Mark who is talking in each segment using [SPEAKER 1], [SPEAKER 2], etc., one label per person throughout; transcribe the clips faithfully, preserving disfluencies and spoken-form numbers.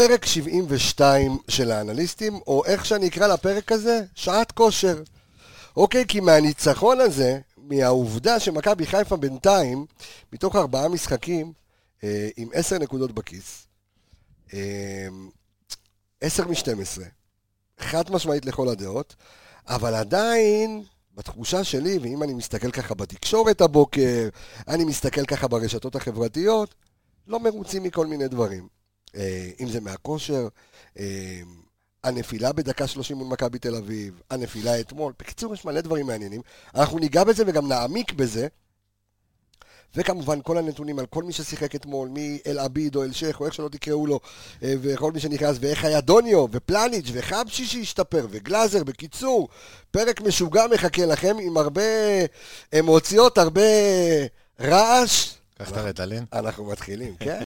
[SPEAKER 1] פרק שבעים ושתיים של האנליסטים, או איך שאני אקרא לפרק הזה, שעת כושר. אוקיי, כי מהניצחון הזה, מהעובדה שמכבי חיפה בינתיים, מתוך ארבעה משחקים, אה, עם עשר נקודות בכיס, אה, עשר משתים עשרה, חד משמעית לכל הדעות, אבל עדיין, בתחושה שלי, ואם אני מסתכל ככה בתקשורת הבוקר, אני מסתכל ככה ברשתות החברתיות, לא מרוצים מכל מיני דברים. אם זה מהכושר, הנפילה בדקה שלושים מול מכבי תל אביב, הנפילה אתמול, בקיצור יש מלא דברים מעניינים, אנחנו ניגע בזה וגם נעמיק בזה, וכמובן כל הנתונים על כל מי ששיחק אתמול, מאל עביד או אל שייח או איך שלא תקראו לו, וכל מי שנכנס, ואיך היה דוניו ופלניץ' וחבשי שהשתפר וגלאזר, בקיצור, פרק משוגע מחכה לכם עם הרבה אמוציות, הרבה רעש.
[SPEAKER 2] כך תראה תלין.
[SPEAKER 1] אנחנו מתחילים, כן?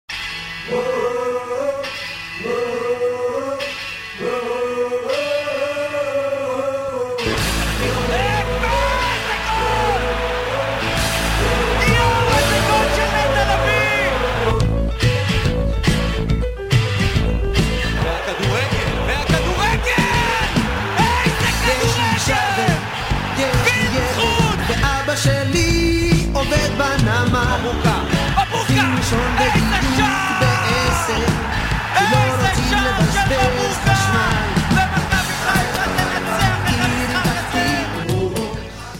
[SPEAKER 3] שלי עובד בנמה מבוקה, איזה שער איזה שער של מבוקה ומכבי חיפה תנצח את המשחק.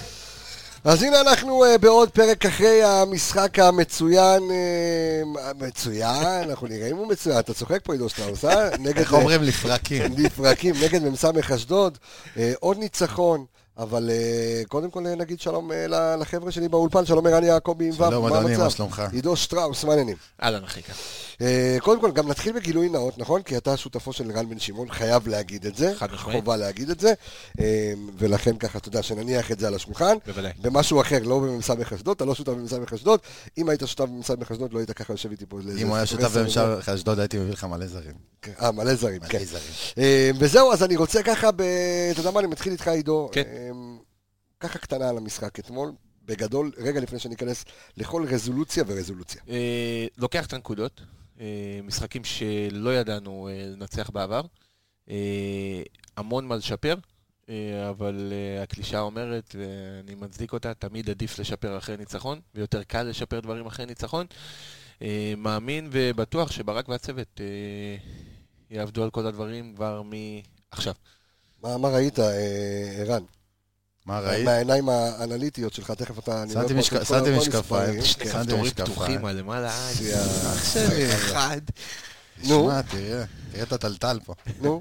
[SPEAKER 1] אז הנה אנחנו בעוד פרק אחרי המשחק המצוין, מצוין, אנחנו נראה אם הוא מצוין, אתה צוחק פה עידו שטראוס, אה?
[SPEAKER 2] איך אומרים לפרקים?
[SPEAKER 1] לפרקים, נגד ממסמך אשדוד, עוד ניצחון. אבל uh, קודם כל נגיד שלום uh, לחבר'ה שלי באולפן, שלום ערן יעקבי עם
[SPEAKER 2] שלום אדוני, מה שלומך?
[SPEAKER 1] עידו שטראוס, מה העניינים?
[SPEAKER 4] אהלן אחי כאן.
[SPEAKER 1] Uh, קודם כל גם נתחיל בגילוי נאות, נכון? כי אתה שותפו של רן בן שמעון, חייב להגיד את זה, חובה להגיד את זה, uh, ולכן ככה אתה יודע שנניח את זה על השולחן,
[SPEAKER 4] בוודאי.
[SPEAKER 1] במשהו אחר, לא בממסמך אשדוד, אתה לא שותף בממסמך אשדוד, אם היית שותף בממסמך אשדוד לא היית ככה יושב איתי פה.
[SPEAKER 2] אם הוא היה שותף בממסמך אשדוד הייתי מביא לך מלא זרים.
[SPEAKER 1] אה, מלא זרים, כן. וזהו, אז אני רוצה ככה, אתה יודע מה, אני מתחיל איתך עידו. ככה קטנה על המשחק אתמול, בגדול, רגע לפני שניכנס לכל רזולוציה ורזולוציה.
[SPEAKER 4] אה, לוקח את הנקודות, אה, משחקים שלא ידענו אה, לנצח בעבר, אה, המון מה לשפר, אה, אבל אה, הקלישה אומרת, ואני מצדיק אותה, תמיד עדיף לשפר אחרי ניצחון, ויותר קל לשפר דברים אחרי ניצחון. אה, מאמין ובטוח שברק והצוות אה, יעבדו על כל הדברים כבר מעכשיו.
[SPEAKER 1] מה, מה ראית, אה, ערן?
[SPEAKER 2] מה ראית?
[SPEAKER 1] מהעיניים האנליטיות שלך, תכף אתה...
[SPEAKER 2] שמתי משקפיים.
[SPEAKER 4] שני כפתורים פתוחים על למעלה.
[SPEAKER 2] אח שלי.
[SPEAKER 4] אחד.
[SPEAKER 2] שמע, תראה. תראה את הטלטל פה.
[SPEAKER 1] נו.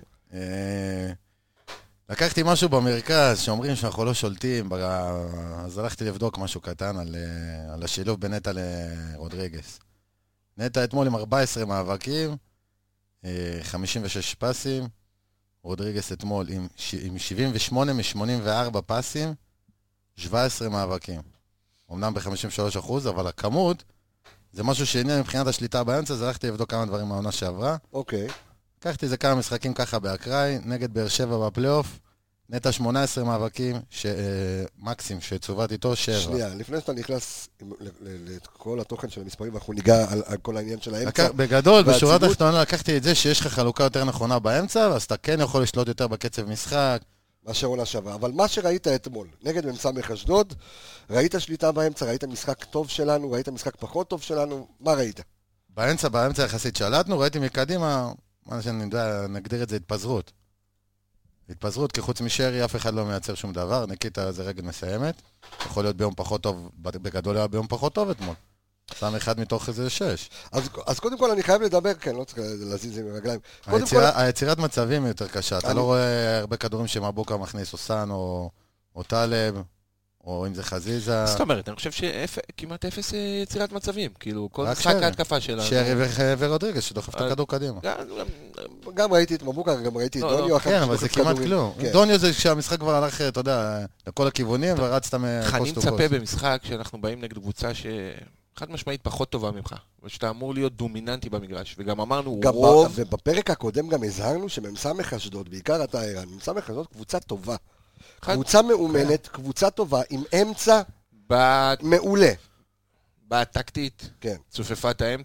[SPEAKER 2] לקחתי משהו במרכז, שאומרים שאנחנו לא שולטים, אז הלכתי לבדוק משהו קטן על השילוב בין נטע לרודריגס. נטע אתמול עם ארבעה עשר מאבקים, חמישים ושש פסים, רודריגס אתמול עם, עם שבעים ושמונה מ-שמונים וארבע פסים, שבע עשרה מאבקים. אמנם ב-חמישים ושלושה אחוז, אבל הכמות, זה משהו שעניין מבחינת השליטה באמצע, אז הלכתי לבדוק כמה דברים מהעונה שעברה.
[SPEAKER 1] אוקיי.
[SPEAKER 2] לקחתי איזה כמה משחקים ככה באקראי, נגד באר שבע בפלייאוף, נטע שמונה עשרה מאבקים, ש... מקסים שצוות איתו שבע.
[SPEAKER 1] שנייה, לפני שאתה נכנס לכל התוכן של המספרים, אנחנו ניגע על, על כל העניין של האמצע.
[SPEAKER 2] לקח... בגדול, בשורת השתונה לקחתי את זה שיש לך חלוקה יותר נכונה באמצע, אז אתה כן יכול לשלוט יותר בקצב משחק.
[SPEAKER 1] מה שעונה שווה. אבל מה שראית אתמול, נגד ממסמך אשדוד, ראית שליטה באמצע, ראית משחק טוב שלנו, ראית משחק פחות טוב שלנו, מה ראית?
[SPEAKER 2] באמצע, באמצע יחסית שלטנו, ראיתי מקדימה, מה שאני יודע, נגדיר את זה התפזרות. התפזרות, כי חוץ משרי אף אחד לא מייצר שום דבר, ניקיטה זה רגל מסיימת, יכול להיות ביום פחות טוב, בגדול היה ביום פחות טוב אתמול. שם אחד מתוך איזה שש.
[SPEAKER 1] אז, אז קודם כל אני חייב לדבר, כן, לא צריך להזיז עם הרגליים.
[SPEAKER 2] היצירה, כל... היצירת מצבים היא יותר קשה, אני... אתה לא רואה הרבה כדורים שמבוקה מכניס, או סן, או, או טלב, או אם זה חזיזה.
[SPEAKER 4] זאת אומרת, אני חושב שכמעט אפס יצירת מצבים, כאילו, כל משחק ההתקפה שלנו.
[SPEAKER 2] שרי ורודריגס שדוחף את הכדור קדימה.
[SPEAKER 1] גם ראיתי את מבוקה, גם ראיתי את דוניו.
[SPEAKER 2] כן, אבל זה כמעט כלום. דוניו זה כשהמשחק כבר הלך, אתה יודע, לכל הכיוונים, ורצת מפוסט
[SPEAKER 4] אני מצפה במשחק שאנחנו באים נגד קבוצה ש... חד משמעית פחות טובה ממך, ושאתה אמור להיות דומיננטי במגרש, וגם אמרנו רוב...
[SPEAKER 1] ובפרק הקודם גם הזהרנו שממסמך אשדוד, בעיקר אתה ערן, ממסמך אשדוד קבוצה טובה. קבוצה מאומנת, קבוצה טובה, עם אמצע מעולה.
[SPEAKER 4] בטקטית,
[SPEAKER 1] כן.
[SPEAKER 4] צופפת האמצע,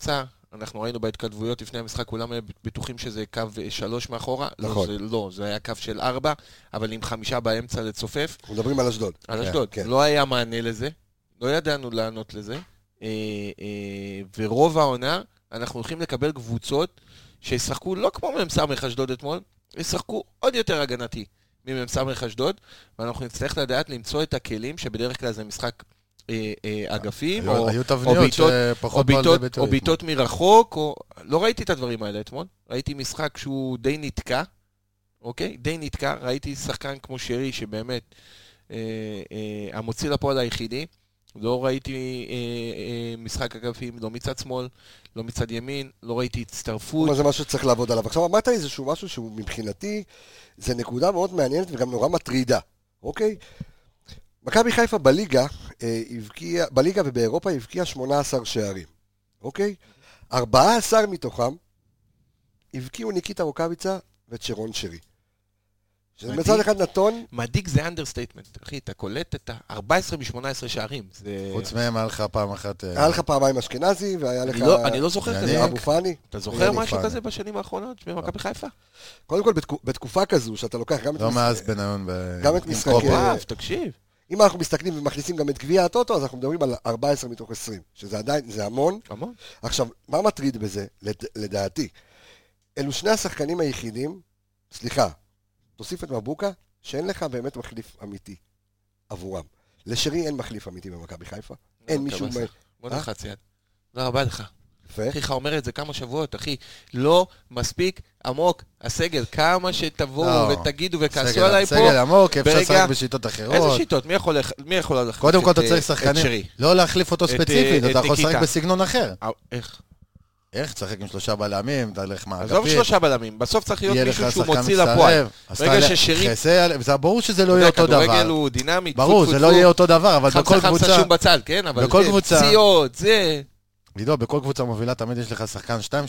[SPEAKER 4] אנחנו ראינו בהתכתבויות לפני המשחק, כולם בטוחים שזה קו שלוש מאחורה.
[SPEAKER 1] נכון.
[SPEAKER 4] לא, זה, לא, זה היה קו של ארבע, אבל עם חמישה באמצע לצופף.
[SPEAKER 1] אנחנו מדברים על אשדוד.
[SPEAKER 4] על אשדוד.
[SPEAKER 1] כן.
[SPEAKER 4] לא היה מענה לזה, לא ידענו לענות לזה, אה, אה, ורוב העונה, אנחנו הולכים לקבל קבוצות שישחקו לא כמו ממסמך אשדוד אתמול, ישחקו עוד יותר הגנתי ממסמך אשדוד, ואנחנו נצטרך לדעת למצוא את הכלים, שבדרך כלל זה משחק אה, אה, אגפים,
[SPEAKER 2] היו,
[SPEAKER 4] או,
[SPEAKER 2] היו
[SPEAKER 4] או
[SPEAKER 2] תבניות
[SPEAKER 4] בעיטות,
[SPEAKER 2] שפחות
[SPEAKER 4] או
[SPEAKER 2] באו
[SPEAKER 4] בעיטות,
[SPEAKER 2] לידי ביטוי.
[SPEAKER 4] או בעיטות מרחוק, או... לא ראיתי את הדברים האלה אתמול, ראיתי משחק שהוא די נתקע, אוקיי? די נתקע, ראיתי שחקן כמו שרי, שבאמת אה, אה, המוציא לפועל היחידי, לא ראיתי אה, אה, משחק אגפים, לא מצד שמאל, לא מצד ימין, לא ראיתי הצטרפות.
[SPEAKER 1] זה משהו שצריך לעבוד עליו. עכשיו, אמרת איזשהו משהו שהוא מבחינתי, זה נקודה מאוד מעניינת וגם נורא מטרידה, אוקיי? מכבי חיפה בליגה, אה, הבקיע, בליגה ובאירופה הבקיע שמונה עשר שערים, אוקיי? ארבעה עשר מתוכם הבקיעו ניקיטה רוקאביצה וצ'רון שרי. שזה מצד אחד נתון...
[SPEAKER 4] מדאיג זה אנדרסטייטמנט, אחי, אתה קולט את ה-ארבע עשרה מ-שמונה עשרה שערים. זה...
[SPEAKER 2] חוץ מהם היה לך פעם אחת...
[SPEAKER 1] היה לך פעמיים אשכנזי, והיה לך...
[SPEAKER 4] אני לא, אני לא זוכר כזה.
[SPEAKER 1] אבו פאני.
[SPEAKER 4] אתה זוכר משהו
[SPEAKER 2] פאני.
[SPEAKER 4] כזה בשנים האחרונות במכבי חיפה?
[SPEAKER 1] קודם כל, בתקו, בתקופה כזו, שאתה לוקח גם את...
[SPEAKER 2] לא
[SPEAKER 1] מש...
[SPEAKER 2] מאז בניון ב...
[SPEAKER 1] גם את משחק...
[SPEAKER 4] קופף, תקשיב.
[SPEAKER 1] אם אנחנו מסתכלים ומכניסים גם את גביע הטוטו, אז אנחנו מדברים על ארבע עשרה מתוך עשרים, שזה עדיין, זה המון.
[SPEAKER 4] המון.
[SPEAKER 1] עכשיו, מה מטריד בזה, לד... לדעתי? אלו שני השחקנים היחידים, סליחה, תוסיף את מבוקה, שאין לך באמת מחליף אמיתי עבורם. לשרי אין מחליף אמיתי במכבי חיפה. אין מישהו...
[SPEAKER 4] בוא נלחץ יד. לא רבה לך.
[SPEAKER 1] יפה.
[SPEAKER 4] אחיך אומר את זה כמה שבועות, אחי. לא מספיק עמוק הסגל, כמה שתבואו ותגידו וכעסו עליי פה.
[SPEAKER 2] סגל עמוק, אפשר לשחק בשיטות אחרות.
[SPEAKER 4] איזה שיטות? מי יכול להחליף
[SPEAKER 2] קודם כל אתה צריך שחקנים. לא להחליף אותו ספציפית, אתה יכול לשחק בסגנון אחר.
[SPEAKER 4] איך?
[SPEAKER 2] איך? תשחק עם שלושה בלמים, תלך מהאגפים.
[SPEAKER 4] עזוב שלושה בלמים, בסוף צריך להיות מישהו שהוא מוציא לפועל. רגע ששירים...
[SPEAKER 2] זה ברור שזה לא יהיה אותו דבר.
[SPEAKER 4] כדורגל הוא דינמי.
[SPEAKER 2] ברור, זה לא יהיה אותו דבר, אבל בכל קבוצה...
[SPEAKER 4] חמסה שום בצל, כן? אבל זה פציעות, זה...
[SPEAKER 2] לידו, בכל קבוצה מובילה תמיד יש לך שחקן שתיים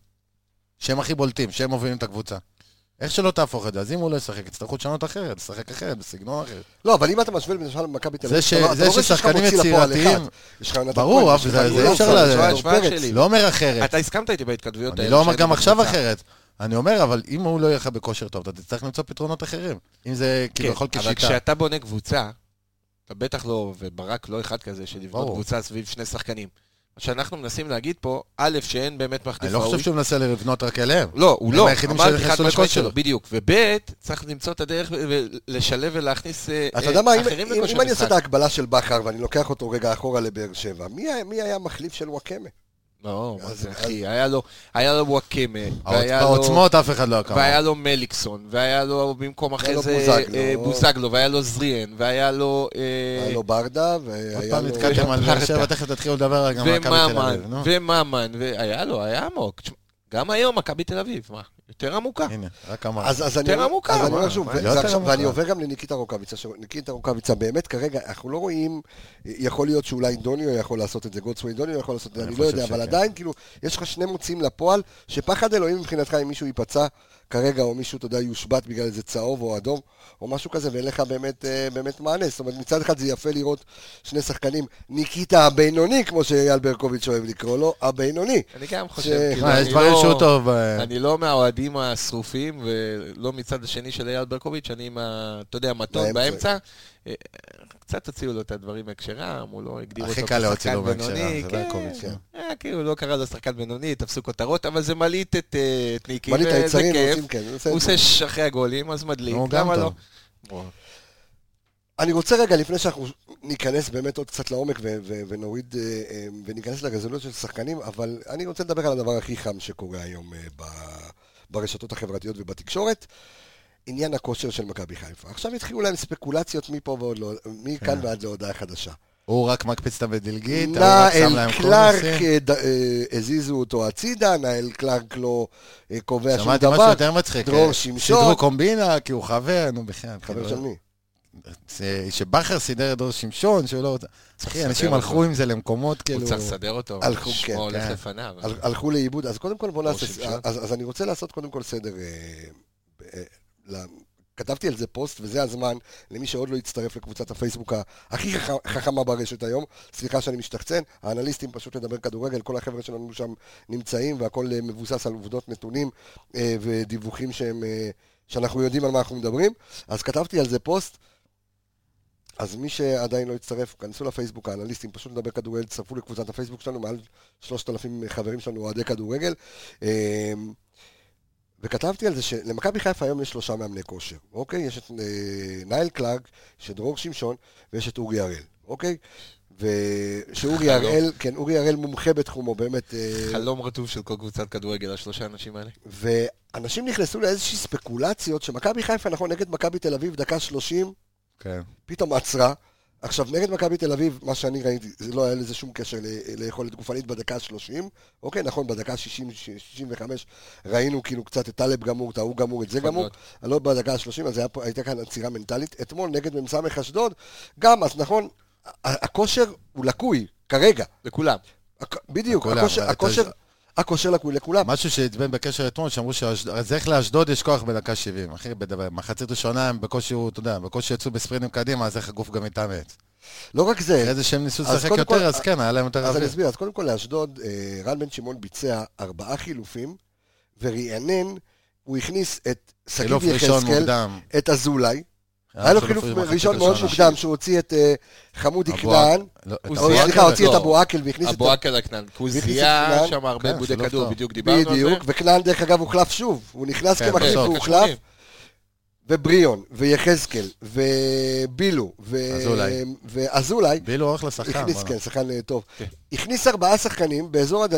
[SPEAKER 2] שהם הכי בולטים, שהם מובילים את הקבוצה. איך שלא תהפוך את זה, אז אם הוא לא ישחק, יצטרכו לשנות אחרת, לשחק אחרת, בסגנון אחר.
[SPEAKER 1] לא, אבל אם אתה משווה למשל במכבי תל אביב,
[SPEAKER 2] זה ששחקנים יצירתיים, ברור, זה אפשר לא אומר אחרת.
[SPEAKER 4] אתה הסכמת איתי בהתכתבויות האלה.
[SPEAKER 2] אני לא אומר גם עכשיו אחרת. אני אומר, אבל אם הוא לא יהיה בכושר טוב, אתה תצטרך למצוא פתרונות אחרים. אם זה כאילו יכול כשיטה.
[SPEAKER 4] אבל כשאתה בונה קבוצה, אתה בטח לא, וברק לא אחד כזה, שלבנות קבוצה סביב שני שחקנים. שאנחנו מנסים להגיד פה, א', שאין באמת מחליף ראוי.
[SPEAKER 2] אני לא חושב שהוא מנסה לבנות רק אליהם.
[SPEAKER 4] לא, הוא לא.
[SPEAKER 2] היחידים שנכנסו לכושר.
[SPEAKER 4] בדיוק. וב', צריך למצוא את הדרך ולשלב ולהכניס
[SPEAKER 1] אתה יודע מה, אם אני עושה את ההקבלה של בכר, ואני לוקח אותו רגע אחורה לבאר שבע, מי היה מחליף של וואקמה?
[SPEAKER 4] לא, אחי, היה לו וואקמה,
[SPEAKER 2] העוצמות אף אחד לא הקרוב.
[SPEAKER 4] והיה לו מליקסון, והיה לו במקום אחרי זה בוזגלו, והיה לו זריאן, והיה לו...
[SPEAKER 1] היה לו ברדה,
[SPEAKER 2] עוד פעם נתקלתם על באר שבע, תכף תתחילו לדבר גם על מכבי תל אביב.
[SPEAKER 4] וממן, והיה לו, היה עמוק. גם היום מכבי תל אביב, מה? יותר עמוקה.
[SPEAKER 2] הנה, רק אמר.
[SPEAKER 4] יותר עמוקה.
[SPEAKER 1] ואני עובר גם לניקיטה רוקאביצה. ניקיטה רוקאביצה, באמת כרגע, אנחנו לא רואים, יכול להיות שאולי דוניו יכול לעשות את זה, גודסווי דוניו יכול לעשות את זה, אני לא יודע, אבל עדיין, כאילו, יש לך שני מוצאים לפועל, שפחד אלוהים מבחינתך אם מישהו ייפצע כרגע, או מישהו, אתה יודע, יושבת בגלל איזה צהוב או אדום, או משהו כזה, ואין לך באמת, באמת מענה. זאת אומרת, מצד אחד זה יפה לראות שני שחקנים, ניקיטה הבינוני, כמו שאייל ברקוביץ' אוהב לקרוא לו, הבינוני.
[SPEAKER 4] אני גם חושב,
[SPEAKER 2] יש דברים שהוא טוב.
[SPEAKER 4] אני לא מהאוהדים השרופים, ולא מצד השני של אייל ברקוביץ', אני עם, אתה יודע, מתון באמצע. קצת תוציאו לו את הדברים מהקשרם, הוא לא הגדיר אותו כשחקן בינוני, כאילו לא קרא לו שחקן בינוני, תפסו כותרות, אבל זה מליט את ניקי, וזה כיף, הוא עושה אחרי הגולים, אז מדליק, למה לא?
[SPEAKER 1] אני רוצה רגע, לפני שאנחנו ניכנס באמת עוד קצת לעומק ונוריד וניכנס לרזולוציות של שחקנים, אבל אני רוצה לדבר על הדבר הכי חם שקורה היום ברשתות החברתיות ובתקשורת, עניין הכושר של מכבי חיפה. עכשיו התחילו להם ספקולציות מפה ועוד לא, מכאן ועד להודעה חדשה.
[SPEAKER 2] הוא רק מקפיץ אותם בדלגית, הוא רק שם להם קורסים.
[SPEAKER 1] נאל קלארק הזיזו אותו הצידה, נאל קלארק לא קובע שום דבר.
[SPEAKER 2] שמעתי משהו יותר מצחיק.
[SPEAKER 1] דרור שמשון.
[SPEAKER 2] סידרו קומבינה, כי הוא חבר, נו בכלל.
[SPEAKER 1] חבר של מי?
[SPEAKER 2] שבחר סידר את דרור שמשון, שהוא לא... אחי, אנשים הלכו עם זה למקומות כאילו...
[SPEAKER 4] הוא צריך לסדר אותו,
[SPEAKER 1] הלכו,
[SPEAKER 4] שמו הולך לפניו.
[SPEAKER 1] הלכו לאיבוד, אז קודם כל בוא נעשה... אז אני רוצה לעשות קודם כל סדר... כתבתי על זה פוסט, וזה הזמן למי שעוד לא יצטרף לקבוצת הפייסבוק הכי חכמה ברשת היום. סליחה שאני משתחצן, האנליסטים פשוט לדבר כדורגל, כל החבר'ה שלנו שם נמצאים, והכל מבוסס על עובדות, נתונים ודיווחים שהם, שאנחנו יודעים על מה אנחנו מדברים. אז כתבתי על זה פוסט, אז מי שעדיין לא יצטרף, כנסו לפייסבוק, האנליסטים פשוט לדבר כדורגל, תצטרפו לקבוצת הפייסבוק שלנו, מעל שלושת אלפים חברים שלנו אוהדי כדורגל. וכתבתי על זה שלמכבי חיפה היום יש שלושה מאמני כושר, אוקיי? יש את נייל קלארק, יש את דרור שמשון, ויש את אורי הראל, אוקיי? ושאורי הראל, כן, אורי הראל מומחה בתחומו, באמת...
[SPEAKER 4] חלום רטוב של כל קבוצת כדורגל, השלושה אנשים האלה.
[SPEAKER 1] ואנשים נכנסו לאיזושהי ספקולציות, שמכבי חיפה, נכון, נגד מכבי תל אביב, דקה שלושים, כן. פתאום עצרה. עכשיו, נגד מכבי תל אביב, מה שאני ראיתי, זה לא היה לזה שום קשר ליכולת גופנית בדקה שלושים, אוקיי, נכון, בדקה שישים שישים וחמש ראינו כאילו קצת את טלב גמור, את ההוא גמור, את זה גמור, לא בדקה שלושים, אז הייתה כאן עצירה מנטלית. אתמול נגד ממסמך אשדוד, גם, אז נכון, הכושר הוא לקוי, כרגע.
[SPEAKER 4] לכולם.
[SPEAKER 1] בדיוק, הכושר... הכושר לקוי לכולם.
[SPEAKER 2] משהו שהצבן בקשר אתמול, שאמרו שאיך לאשדוד יש כוח בדקה שבעים. אחי, במחצית ראשונה הם בקושי, אתה יודע, בקושי יצאו בספרינטים קדימה, אז איך הגוף גם מתאמץ.
[SPEAKER 1] לא רק זה.
[SPEAKER 2] אחרי זה שהם ניסו לשחק יותר, אז כן, היה להם יותר
[SPEAKER 1] רבים. אז
[SPEAKER 2] רבים.
[SPEAKER 1] אני אסביר, אז קודם כל לאשדוד, רן בן שמעון ביצע ארבעה חילופים, ורענן, הוא הכניס את סגיב יחזקאל, את אזולאי, היה לו חילוף ראשון מאוד מוקדם, שהוא הוציא את חמודי כנען, סליחה, הוציא את אבו עקל והכניס את...
[SPEAKER 4] אבו עקל הכנען, כי הוא זיהה שם הרבה בודי כדור, בדיוק דיברנו על זה.
[SPEAKER 1] בדיוק, וכנען דרך אגב הוחלף שוב, הוא נכנס כמחליף והוא הוחלף, ובריון, ויחזקאל, ובילו, ואזולאי,
[SPEAKER 2] בילו הולך לשחקן,
[SPEAKER 1] כן, שחקן טוב, הכניס ארבעה שחקנים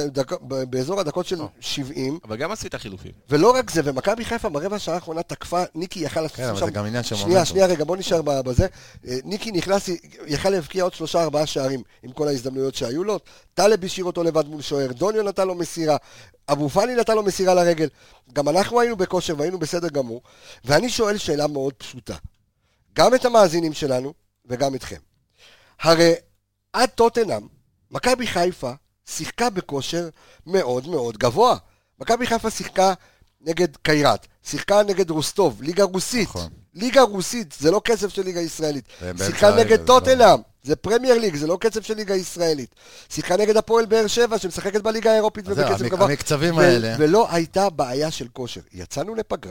[SPEAKER 1] באזור הדקות של שבעים,
[SPEAKER 4] אבל גם עשית חילופים.
[SPEAKER 1] ולא רק זה, ומכבי חיפה ברבע שעה האחרונה תקפה, ניקי יכל לעשות
[SPEAKER 2] שם, זה גם עניין של
[SPEAKER 1] שנייה, שנייה רגע, בוא נשאר בזה, ניקי נכנס, יכל להבקיע עוד שלושה ארבעה שערים, עם כל ההזדמנויות שהיו לו, טלב השאיר אותו לבד מול שוער, דוניו נתן לו מסירה, אבו פאני נתן לו מסירה לרגל, גם אנחנו היינו בכושר והיינו בסדר גמור, ואני שואל שאלה מאוד פשוטה, גם את המאזינים שלנו וגם אתכם. הרי עד טוטנהאם, מכבי חיפה שיחקה בכושר מאוד מאוד גבוה. מכבי חיפה שיחקה נגד קיירת, שיחקה נגד רוסטוב, ליגה רוסית. נכון. ליגה רוסית, זה לא קצב של ליגה ישראלית. שיחקה נגד טוטנהאם, זה פרמייר ליג, זה לא קצב של ליגה ישראלית. שיחקה נגד הפועל באר שבע, שמשחקת בליגה האירופית ובקצב גבוה.
[SPEAKER 2] המקצבים האלה.
[SPEAKER 1] ולא הייתה בעיה של כושר. יצאנו לפגרה,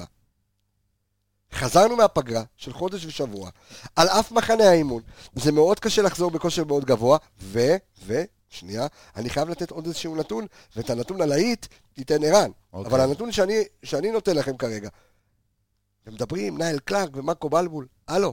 [SPEAKER 1] חזרנו מהפגרה של חודש ושבוע, על אף מחנה האימון. זה מאוד קשה לחזור בכושר מאוד גבוה, ו... ו... שנייה, אני חייב לתת עוד איזשהו נתון, ואת הנתון הלהיט תיתן ערן. Okay. אבל הנתון שאני, שאני נותן לכם כרגע, הם מדברים, נייל קלארק ומרקו בלבול, הלו,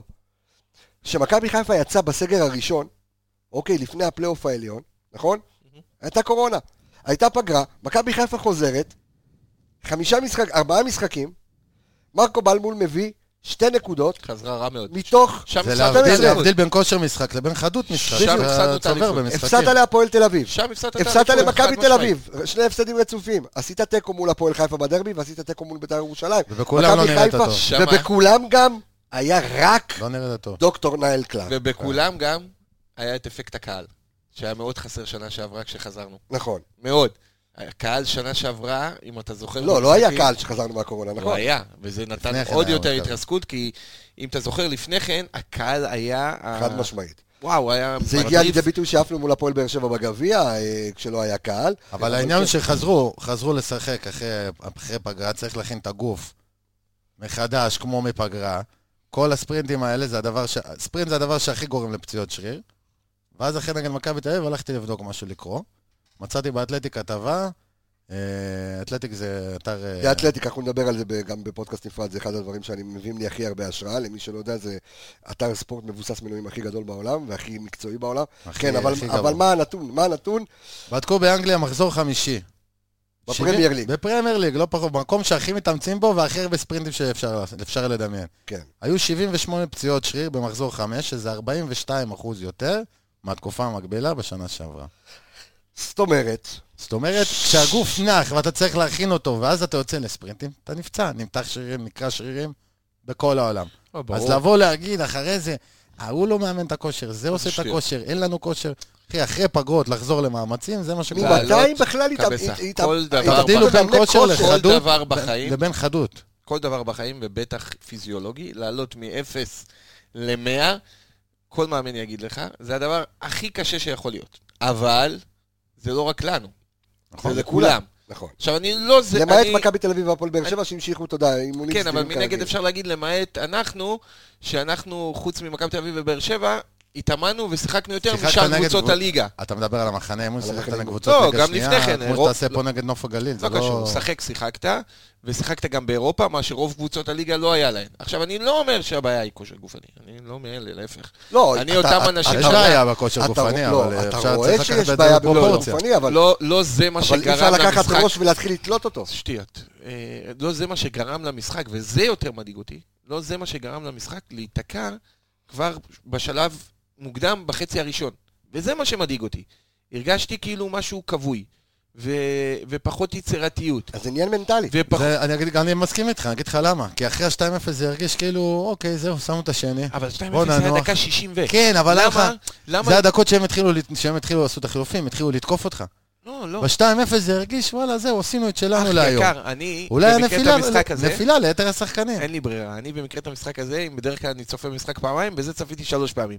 [SPEAKER 1] שמכבי חיפה יצא בסגר הראשון, אוקיי, לפני הפלייאוף העליון, נכון? Mm-hmm. הייתה קורונה, הייתה פגרה, מכבי חיפה חוזרת, חמישה משחק, ארבעה משחקים, מרקו בלבול מביא שתי נקודות,
[SPEAKER 4] חזרה רע מאוד.
[SPEAKER 1] מתוך...
[SPEAKER 2] זה להבדיל בין כושר משחק לבין חדות משחק.
[SPEAKER 4] שם הפסדת
[SPEAKER 1] הפסדת להפועל תל אביב.
[SPEAKER 4] שם הפסדת
[SPEAKER 1] הפסדת למכבי תל אביב. שני הפסדים רצופים. עשית תיקו מול הפועל חיפה בדרבי, ועשית תיקו מול בית"ר ירושלים.
[SPEAKER 2] ובכולם לא נראית אותו.
[SPEAKER 1] ובכולם גם היה רק דוקטור נייל קלארק.
[SPEAKER 4] ובכולם גם היה את אפקט הקהל, שהיה מאוד חסר שנה שעברה כשחזרנו.
[SPEAKER 1] נכון.
[SPEAKER 4] מאוד. הקהל שנה שעברה, אם אתה זוכר...
[SPEAKER 1] לא, לא היה קהל שחזרנו מהקורונה, נכון?
[SPEAKER 4] לא היה, וזה נתן עוד יותר התרסקות, כי אם אתה זוכר לפני כן, הקהל היה...
[SPEAKER 1] חד משמעית.
[SPEAKER 4] וואו, היה...
[SPEAKER 1] זה הגיע לידי ביטוי שאפנו מול הפועל באר שבע בגביע, כשלא היה קהל.
[SPEAKER 2] אבל העניין הוא שחזרו, חזרו לשחק אחרי פגרה, צריך להכין את הגוף מחדש, כמו מפגרה. כל הספרינטים האלה, ספרינט זה הדבר שהכי גורם לפציעות שריר. ואז אחרי נגד מכבי תל אביב, הלכתי לבדוק משהו לקרוא. מצאתי באתלטיק כתבה, אתלטיק זה אתר...
[SPEAKER 1] זה אתלטיק, אנחנו נדבר על זה גם בפודקאסט נפרד, זה אחד הדברים שאני מביאים לי הכי הרבה השראה, למי שלא יודע, זה אתר ספורט מבוסס מנויים הכי גדול בעולם, והכי מקצועי בעולם. כן, אבל מה הנתון? מה הנתון?
[SPEAKER 2] בדקו באנגליה מחזור חמישי.
[SPEAKER 1] בפרמייר ליג.
[SPEAKER 2] בפרמייר ליג, לא פחות, במקום שהכי מתאמצים בו, והכי הרבה ספרינטים שאפשר לדמיין.
[SPEAKER 1] כן.
[SPEAKER 2] היו שבעים ושמונה פציעות שריר במחזור חמש, שזה ארבעים ושתיים אחוז יותר מהתקופה המקבילה בשנה שעברה.
[SPEAKER 1] זאת אומרת,
[SPEAKER 2] זאת אומרת, כשהגוף נח ואתה צריך להכין אותו, ואז אתה יוצא לספרינטים, אתה נפצע, נמתח שרירים, נקרא שרירים בכל העולם. אז לבוא להגיד אחרי זה, הוא לא מאמן את הכושר, זה עושה את הכושר, אין לנו כושר. אחי, אחרי פגרות לחזור למאמצים, זה מה שקורה.
[SPEAKER 1] ממתי בכלל
[SPEAKER 4] כל דבר בחיים
[SPEAKER 2] לבין חדות.
[SPEAKER 4] כל דבר בחיים, ובטח פיזיולוגי, לעלות מ-אפס ל-מאה, כל מאמן יגיד לך, זה הדבר הכי קשה שיכול להיות. אבל זה לא רק לנו.
[SPEAKER 1] נכון,
[SPEAKER 4] זה לכולם.
[SPEAKER 1] נכון.
[SPEAKER 4] עכשיו אני לא זה...
[SPEAKER 1] למעט
[SPEAKER 4] אני...
[SPEAKER 1] מכבי תל אביב והפועל באר שבע שהמשיכו, תודה, אימונים...
[SPEAKER 4] כן, אבל מנגד אפשר להגיד למעט אנחנו, שאנחנו חוץ ממכבי תל אביב ובאר שבע, התאמנו ושיחקנו יותר משאר קבוצות הליגה.
[SPEAKER 2] אתה מדבר על המחנה אימון, שיחקת נגד קבוצות
[SPEAKER 4] לא,
[SPEAKER 2] ליגה
[SPEAKER 4] גם
[SPEAKER 2] שנייה,
[SPEAKER 4] לפני כן,
[SPEAKER 2] כמו
[SPEAKER 4] רוב-
[SPEAKER 2] שתעשה פה נגד נוף הגליל, זה
[SPEAKER 4] לא קשור,
[SPEAKER 2] לא...
[SPEAKER 4] שחק שיחקת, ושיחקת גם באירופה, מה שרוב קבוצות הליגה לא היה להן. עכשיו, אני לא אומר שהבעיה היא כושר גופני, אני לא מאלה, להפך.
[SPEAKER 1] לא,
[SPEAKER 4] אני
[SPEAKER 1] אתה-
[SPEAKER 4] אותם
[SPEAKER 1] אתה-
[SPEAKER 4] אנשים
[SPEAKER 2] יש
[SPEAKER 1] אתה-
[SPEAKER 2] בעיה בכושר
[SPEAKER 1] אתה-
[SPEAKER 2] גופני,
[SPEAKER 1] לא,
[SPEAKER 2] אבל
[SPEAKER 1] אתה
[SPEAKER 2] אפשר
[SPEAKER 1] רואה
[SPEAKER 2] צריך
[SPEAKER 1] שיש
[SPEAKER 2] לקחת את
[SPEAKER 1] בעיה
[SPEAKER 2] זה
[SPEAKER 1] בכושר
[SPEAKER 2] בפרופורציה.
[SPEAKER 1] גופני, אבל
[SPEAKER 4] לא, לא זה מה
[SPEAKER 1] אבל אי אפשר
[SPEAKER 4] שגרם
[SPEAKER 1] לקחת
[SPEAKER 4] למשחק...
[SPEAKER 1] ראש ולהתחיל לתלות אותו.
[SPEAKER 4] שטויות. אה, לא זה מה שגרם למשחק, וזה יותר מדאיג אותי. לא זה מה שגרם למשחק להיתקע כבר בשלב מוקדם בחצי הראשון. וזה מה שמדאיג אותי. הרגשתי כאילו משהו כבוי, ו... ופחות יצירתיות.
[SPEAKER 1] אז זה עניין מנטלי.
[SPEAKER 4] ופח...
[SPEAKER 2] זה- אני אגיד- אני מסכים איתך, אני אגיד לך למה. כי אחרי ה-שתיים אפס זה הרגיש כאילו, אוקיי, זהו, שמו את השני.
[SPEAKER 4] אבל שתיים
[SPEAKER 2] בוא
[SPEAKER 4] אפס היה
[SPEAKER 2] ננוח.
[SPEAKER 4] דקה שישים ו...
[SPEAKER 2] כן, אבל
[SPEAKER 4] למה?
[SPEAKER 2] למה?
[SPEAKER 4] למה?
[SPEAKER 2] זה הדקות שהם התחילו, שהם התחילו לעשות את החילופים, התחילו לתקוף אותך.
[SPEAKER 4] לא, לא.
[SPEAKER 2] ב-שתיים אפס זה הרגיש, וואלה, זהו, עשינו את שלנו
[SPEAKER 4] אח
[SPEAKER 2] להיום.
[SPEAKER 4] יקר, אני
[SPEAKER 2] אולי
[SPEAKER 4] במקרה את
[SPEAKER 2] הנפילה,
[SPEAKER 4] המשחק הזה,
[SPEAKER 2] נפילה ליתר השחקנים.
[SPEAKER 4] אין לי ברירה, אני במקרה את המשחק הזה, אם בדרך כלל אני צופה במשחק פעמיים, בזה צפיתי שלוש פעמים.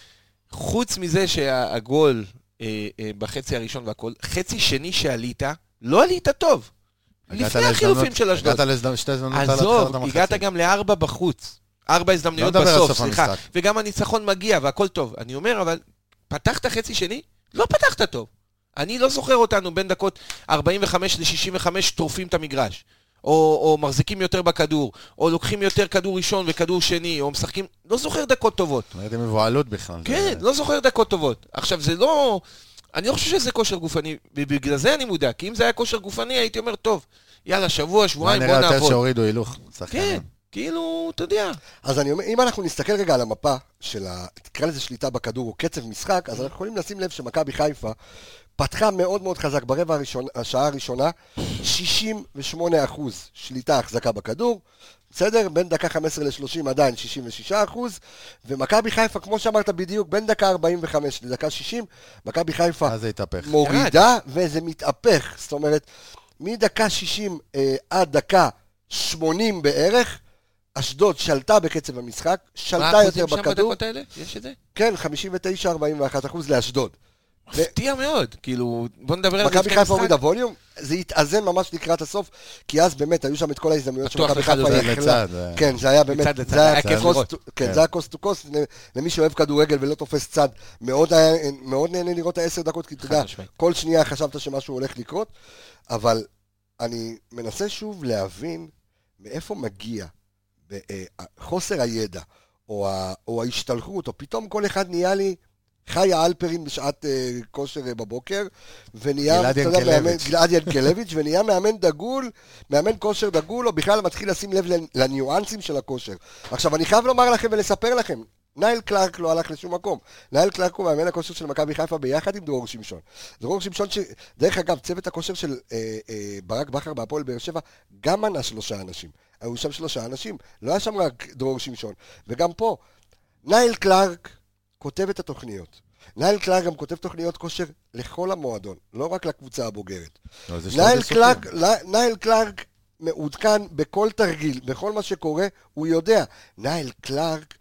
[SPEAKER 4] חוץ מזה שהגול אה, אה, בחצי הראשון והכל, חצי שני שעלית, לא עלית טוב.
[SPEAKER 2] הגעת
[SPEAKER 4] לפני
[SPEAKER 2] להזדמנות-
[SPEAKER 4] החילופים של אשדוד.
[SPEAKER 2] הגעת להזדמנות- שתי הזדמנות על
[SPEAKER 4] עזוב,
[SPEAKER 2] התחלת המחצית.
[SPEAKER 4] הגעת גם לארבע בחוץ. ארבע הזדמנויות
[SPEAKER 2] לא מדבר על
[SPEAKER 4] בסוף,
[SPEAKER 2] סוף
[SPEAKER 4] סליחה.
[SPEAKER 2] המשחק.
[SPEAKER 4] וגם הניצחון מגיע והכל טוב. אני אומר, אבל פתחת חצי שני? לא פתחת טוב. אני לא זוכר אותנו בין דקות ארבעים וחמש ל-שישים וחמש טורפים את המגרש. או, או מחזיקים יותר בכדור, או לוקחים יותר כדור ראשון וכדור שני, או משחקים, לא זוכר דקות טובות.
[SPEAKER 2] זאת אומרת, הם מבועלות בכלל.
[SPEAKER 4] כן,
[SPEAKER 2] זה-
[SPEAKER 4] לא זוכר דקות טובות. עכשיו, זה לא... אני לא חושב שזה כושר גופני, ובגלל זה אני מודע, כי אם זה היה כושר גופני, הייתי אומר, טוב, יאללה, שבוע, שבועיים, בוא
[SPEAKER 2] נראה יותר
[SPEAKER 4] נעבוד.
[SPEAKER 2] שהורידו הילוך.
[SPEAKER 4] כן,
[SPEAKER 2] שחקנים.
[SPEAKER 4] כאילו, אתה יודע.
[SPEAKER 1] אז אני אומר, אם אנחנו נסתכל רגע על המפה של ה... תקרא לזה שליטה בכדור או קצב משחק, אז אנחנו יכולים לשים לב שמכבי חיפה פתחה מאוד מאוד חזק ברבע הראשון, השעה הראשונה, שישים ושמונה אחוז שליטה החזקה בכדור, בסדר? בין דקה חמש עשרה ל-שלושים עדיין שישים ושישה אחוז, ומכבי חיפה, כמו שאמרת בדיוק, בין דקה ארבעים וחמש לדקה שישים, מכבי חיפה
[SPEAKER 2] אז זה התהפך.
[SPEAKER 1] מורידה וזה מתהפך, זאת אומרת, מדקה שישים אה, עד דקה שמונים בערך, אשדוד שלטה בקצב המשחק, שלטה
[SPEAKER 4] מה
[SPEAKER 1] יותר
[SPEAKER 4] האחוזים שם
[SPEAKER 1] בכדור,
[SPEAKER 4] בדקות האלה? יש את זה?
[SPEAKER 1] כן, חמישים ותשע ארבעים ואחת אחוז לאשדוד.
[SPEAKER 4] מפתיע מאוד, כאילו, בוא נדבר על זה
[SPEAKER 1] מכבי
[SPEAKER 4] לפני
[SPEAKER 1] חיפה
[SPEAKER 4] המשחק.
[SPEAKER 1] הורידה ווליום, זה התאזן ממש לקראת הסוף, כי אז באמת היו שם את כל ההזדמנויות
[SPEAKER 4] בטוח
[SPEAKER 1] שמכבי
[SPEAKER 4] אחד
[SPEAKER 1] חיפה
[SPEAKER 4] זה
[SPEAKER 1] יכלה.
[SPEAKER 2] לצד, זה-
[SPEAKER 1] כן, זה היה באמת,
[SPEAKER 4] מצד לצד,
[SPEAKER 1] זה היה
[SPEAKER 4] היה כיף
[SPEAKER 1] קוסט-
[SPEAKER 4] לראות.
[SPEAKER 1] כן,
[SPEAKER 2] כן.
[SPEAKER 1] זה היה קוסט טו קוסט, למי שאוהב כדורגל ולא תופס צד, מאוד היה- מאוד נהנה לראות העשר דקות, כי אתה יודע,
[SPEAKER 4] משמעית.
[SPEAKER 1] כל שנייה חשבת שמשהו הולך לקרות, אבל אני מנסה שוב להבין מאיפה מגיע ב- אה, חוסר הידע, או ה- או ההשתלחות, או פתאום כל אחד נהיה לי חי האלפרין בשעת אה, כושר אה, בבוקר, ונהיה,
[SPEAKER 2] גלעד
[SPEAKER 1] אתה יודע,
[SPEAKER 2] ינקלביץ'.
[SPEAKER 1] מאמן- גלעד ינקלביץ', ונהיה מאמן דגול, מאמן כושר דגול, או בכלל מתחיל לשים לב לניואנסים של הכושר. עכשיו, אני חייב לומר לכם ולספר לכם, נייל קלארק לא הלך לשום מקום. נייל קלארק הוא מאמן הכושר של מכבי חיפה ביחד עם דרור שמשון. דרור שמשון, ש... דרך אגב, צוות הכושר של אה, אה, ברק בכר בהפועל באר שבע, גם מנה שלושה אנשים. היו שם שלושה אנשים, לא היה שם רק דרור שמשון. וגם פה, נייל קלארק כותב את התוכניות. נייל קלארק גם כותב תוכניות כושר לכל המועדון, לא רק לקבוצה הבוגרת.
[SPEAKER 2] לא, זה
[SPEAKER 1] נייל
[SPEAKER 2] שלוש
[SPEAKER 1] קלארק,
[SPEAKER 2] עיסוקים.
[SPEAKER 1] נייל קלארק מעודכן בכל תרגיל, בכל מה שקורה, הוא יודע. נייל קלארק,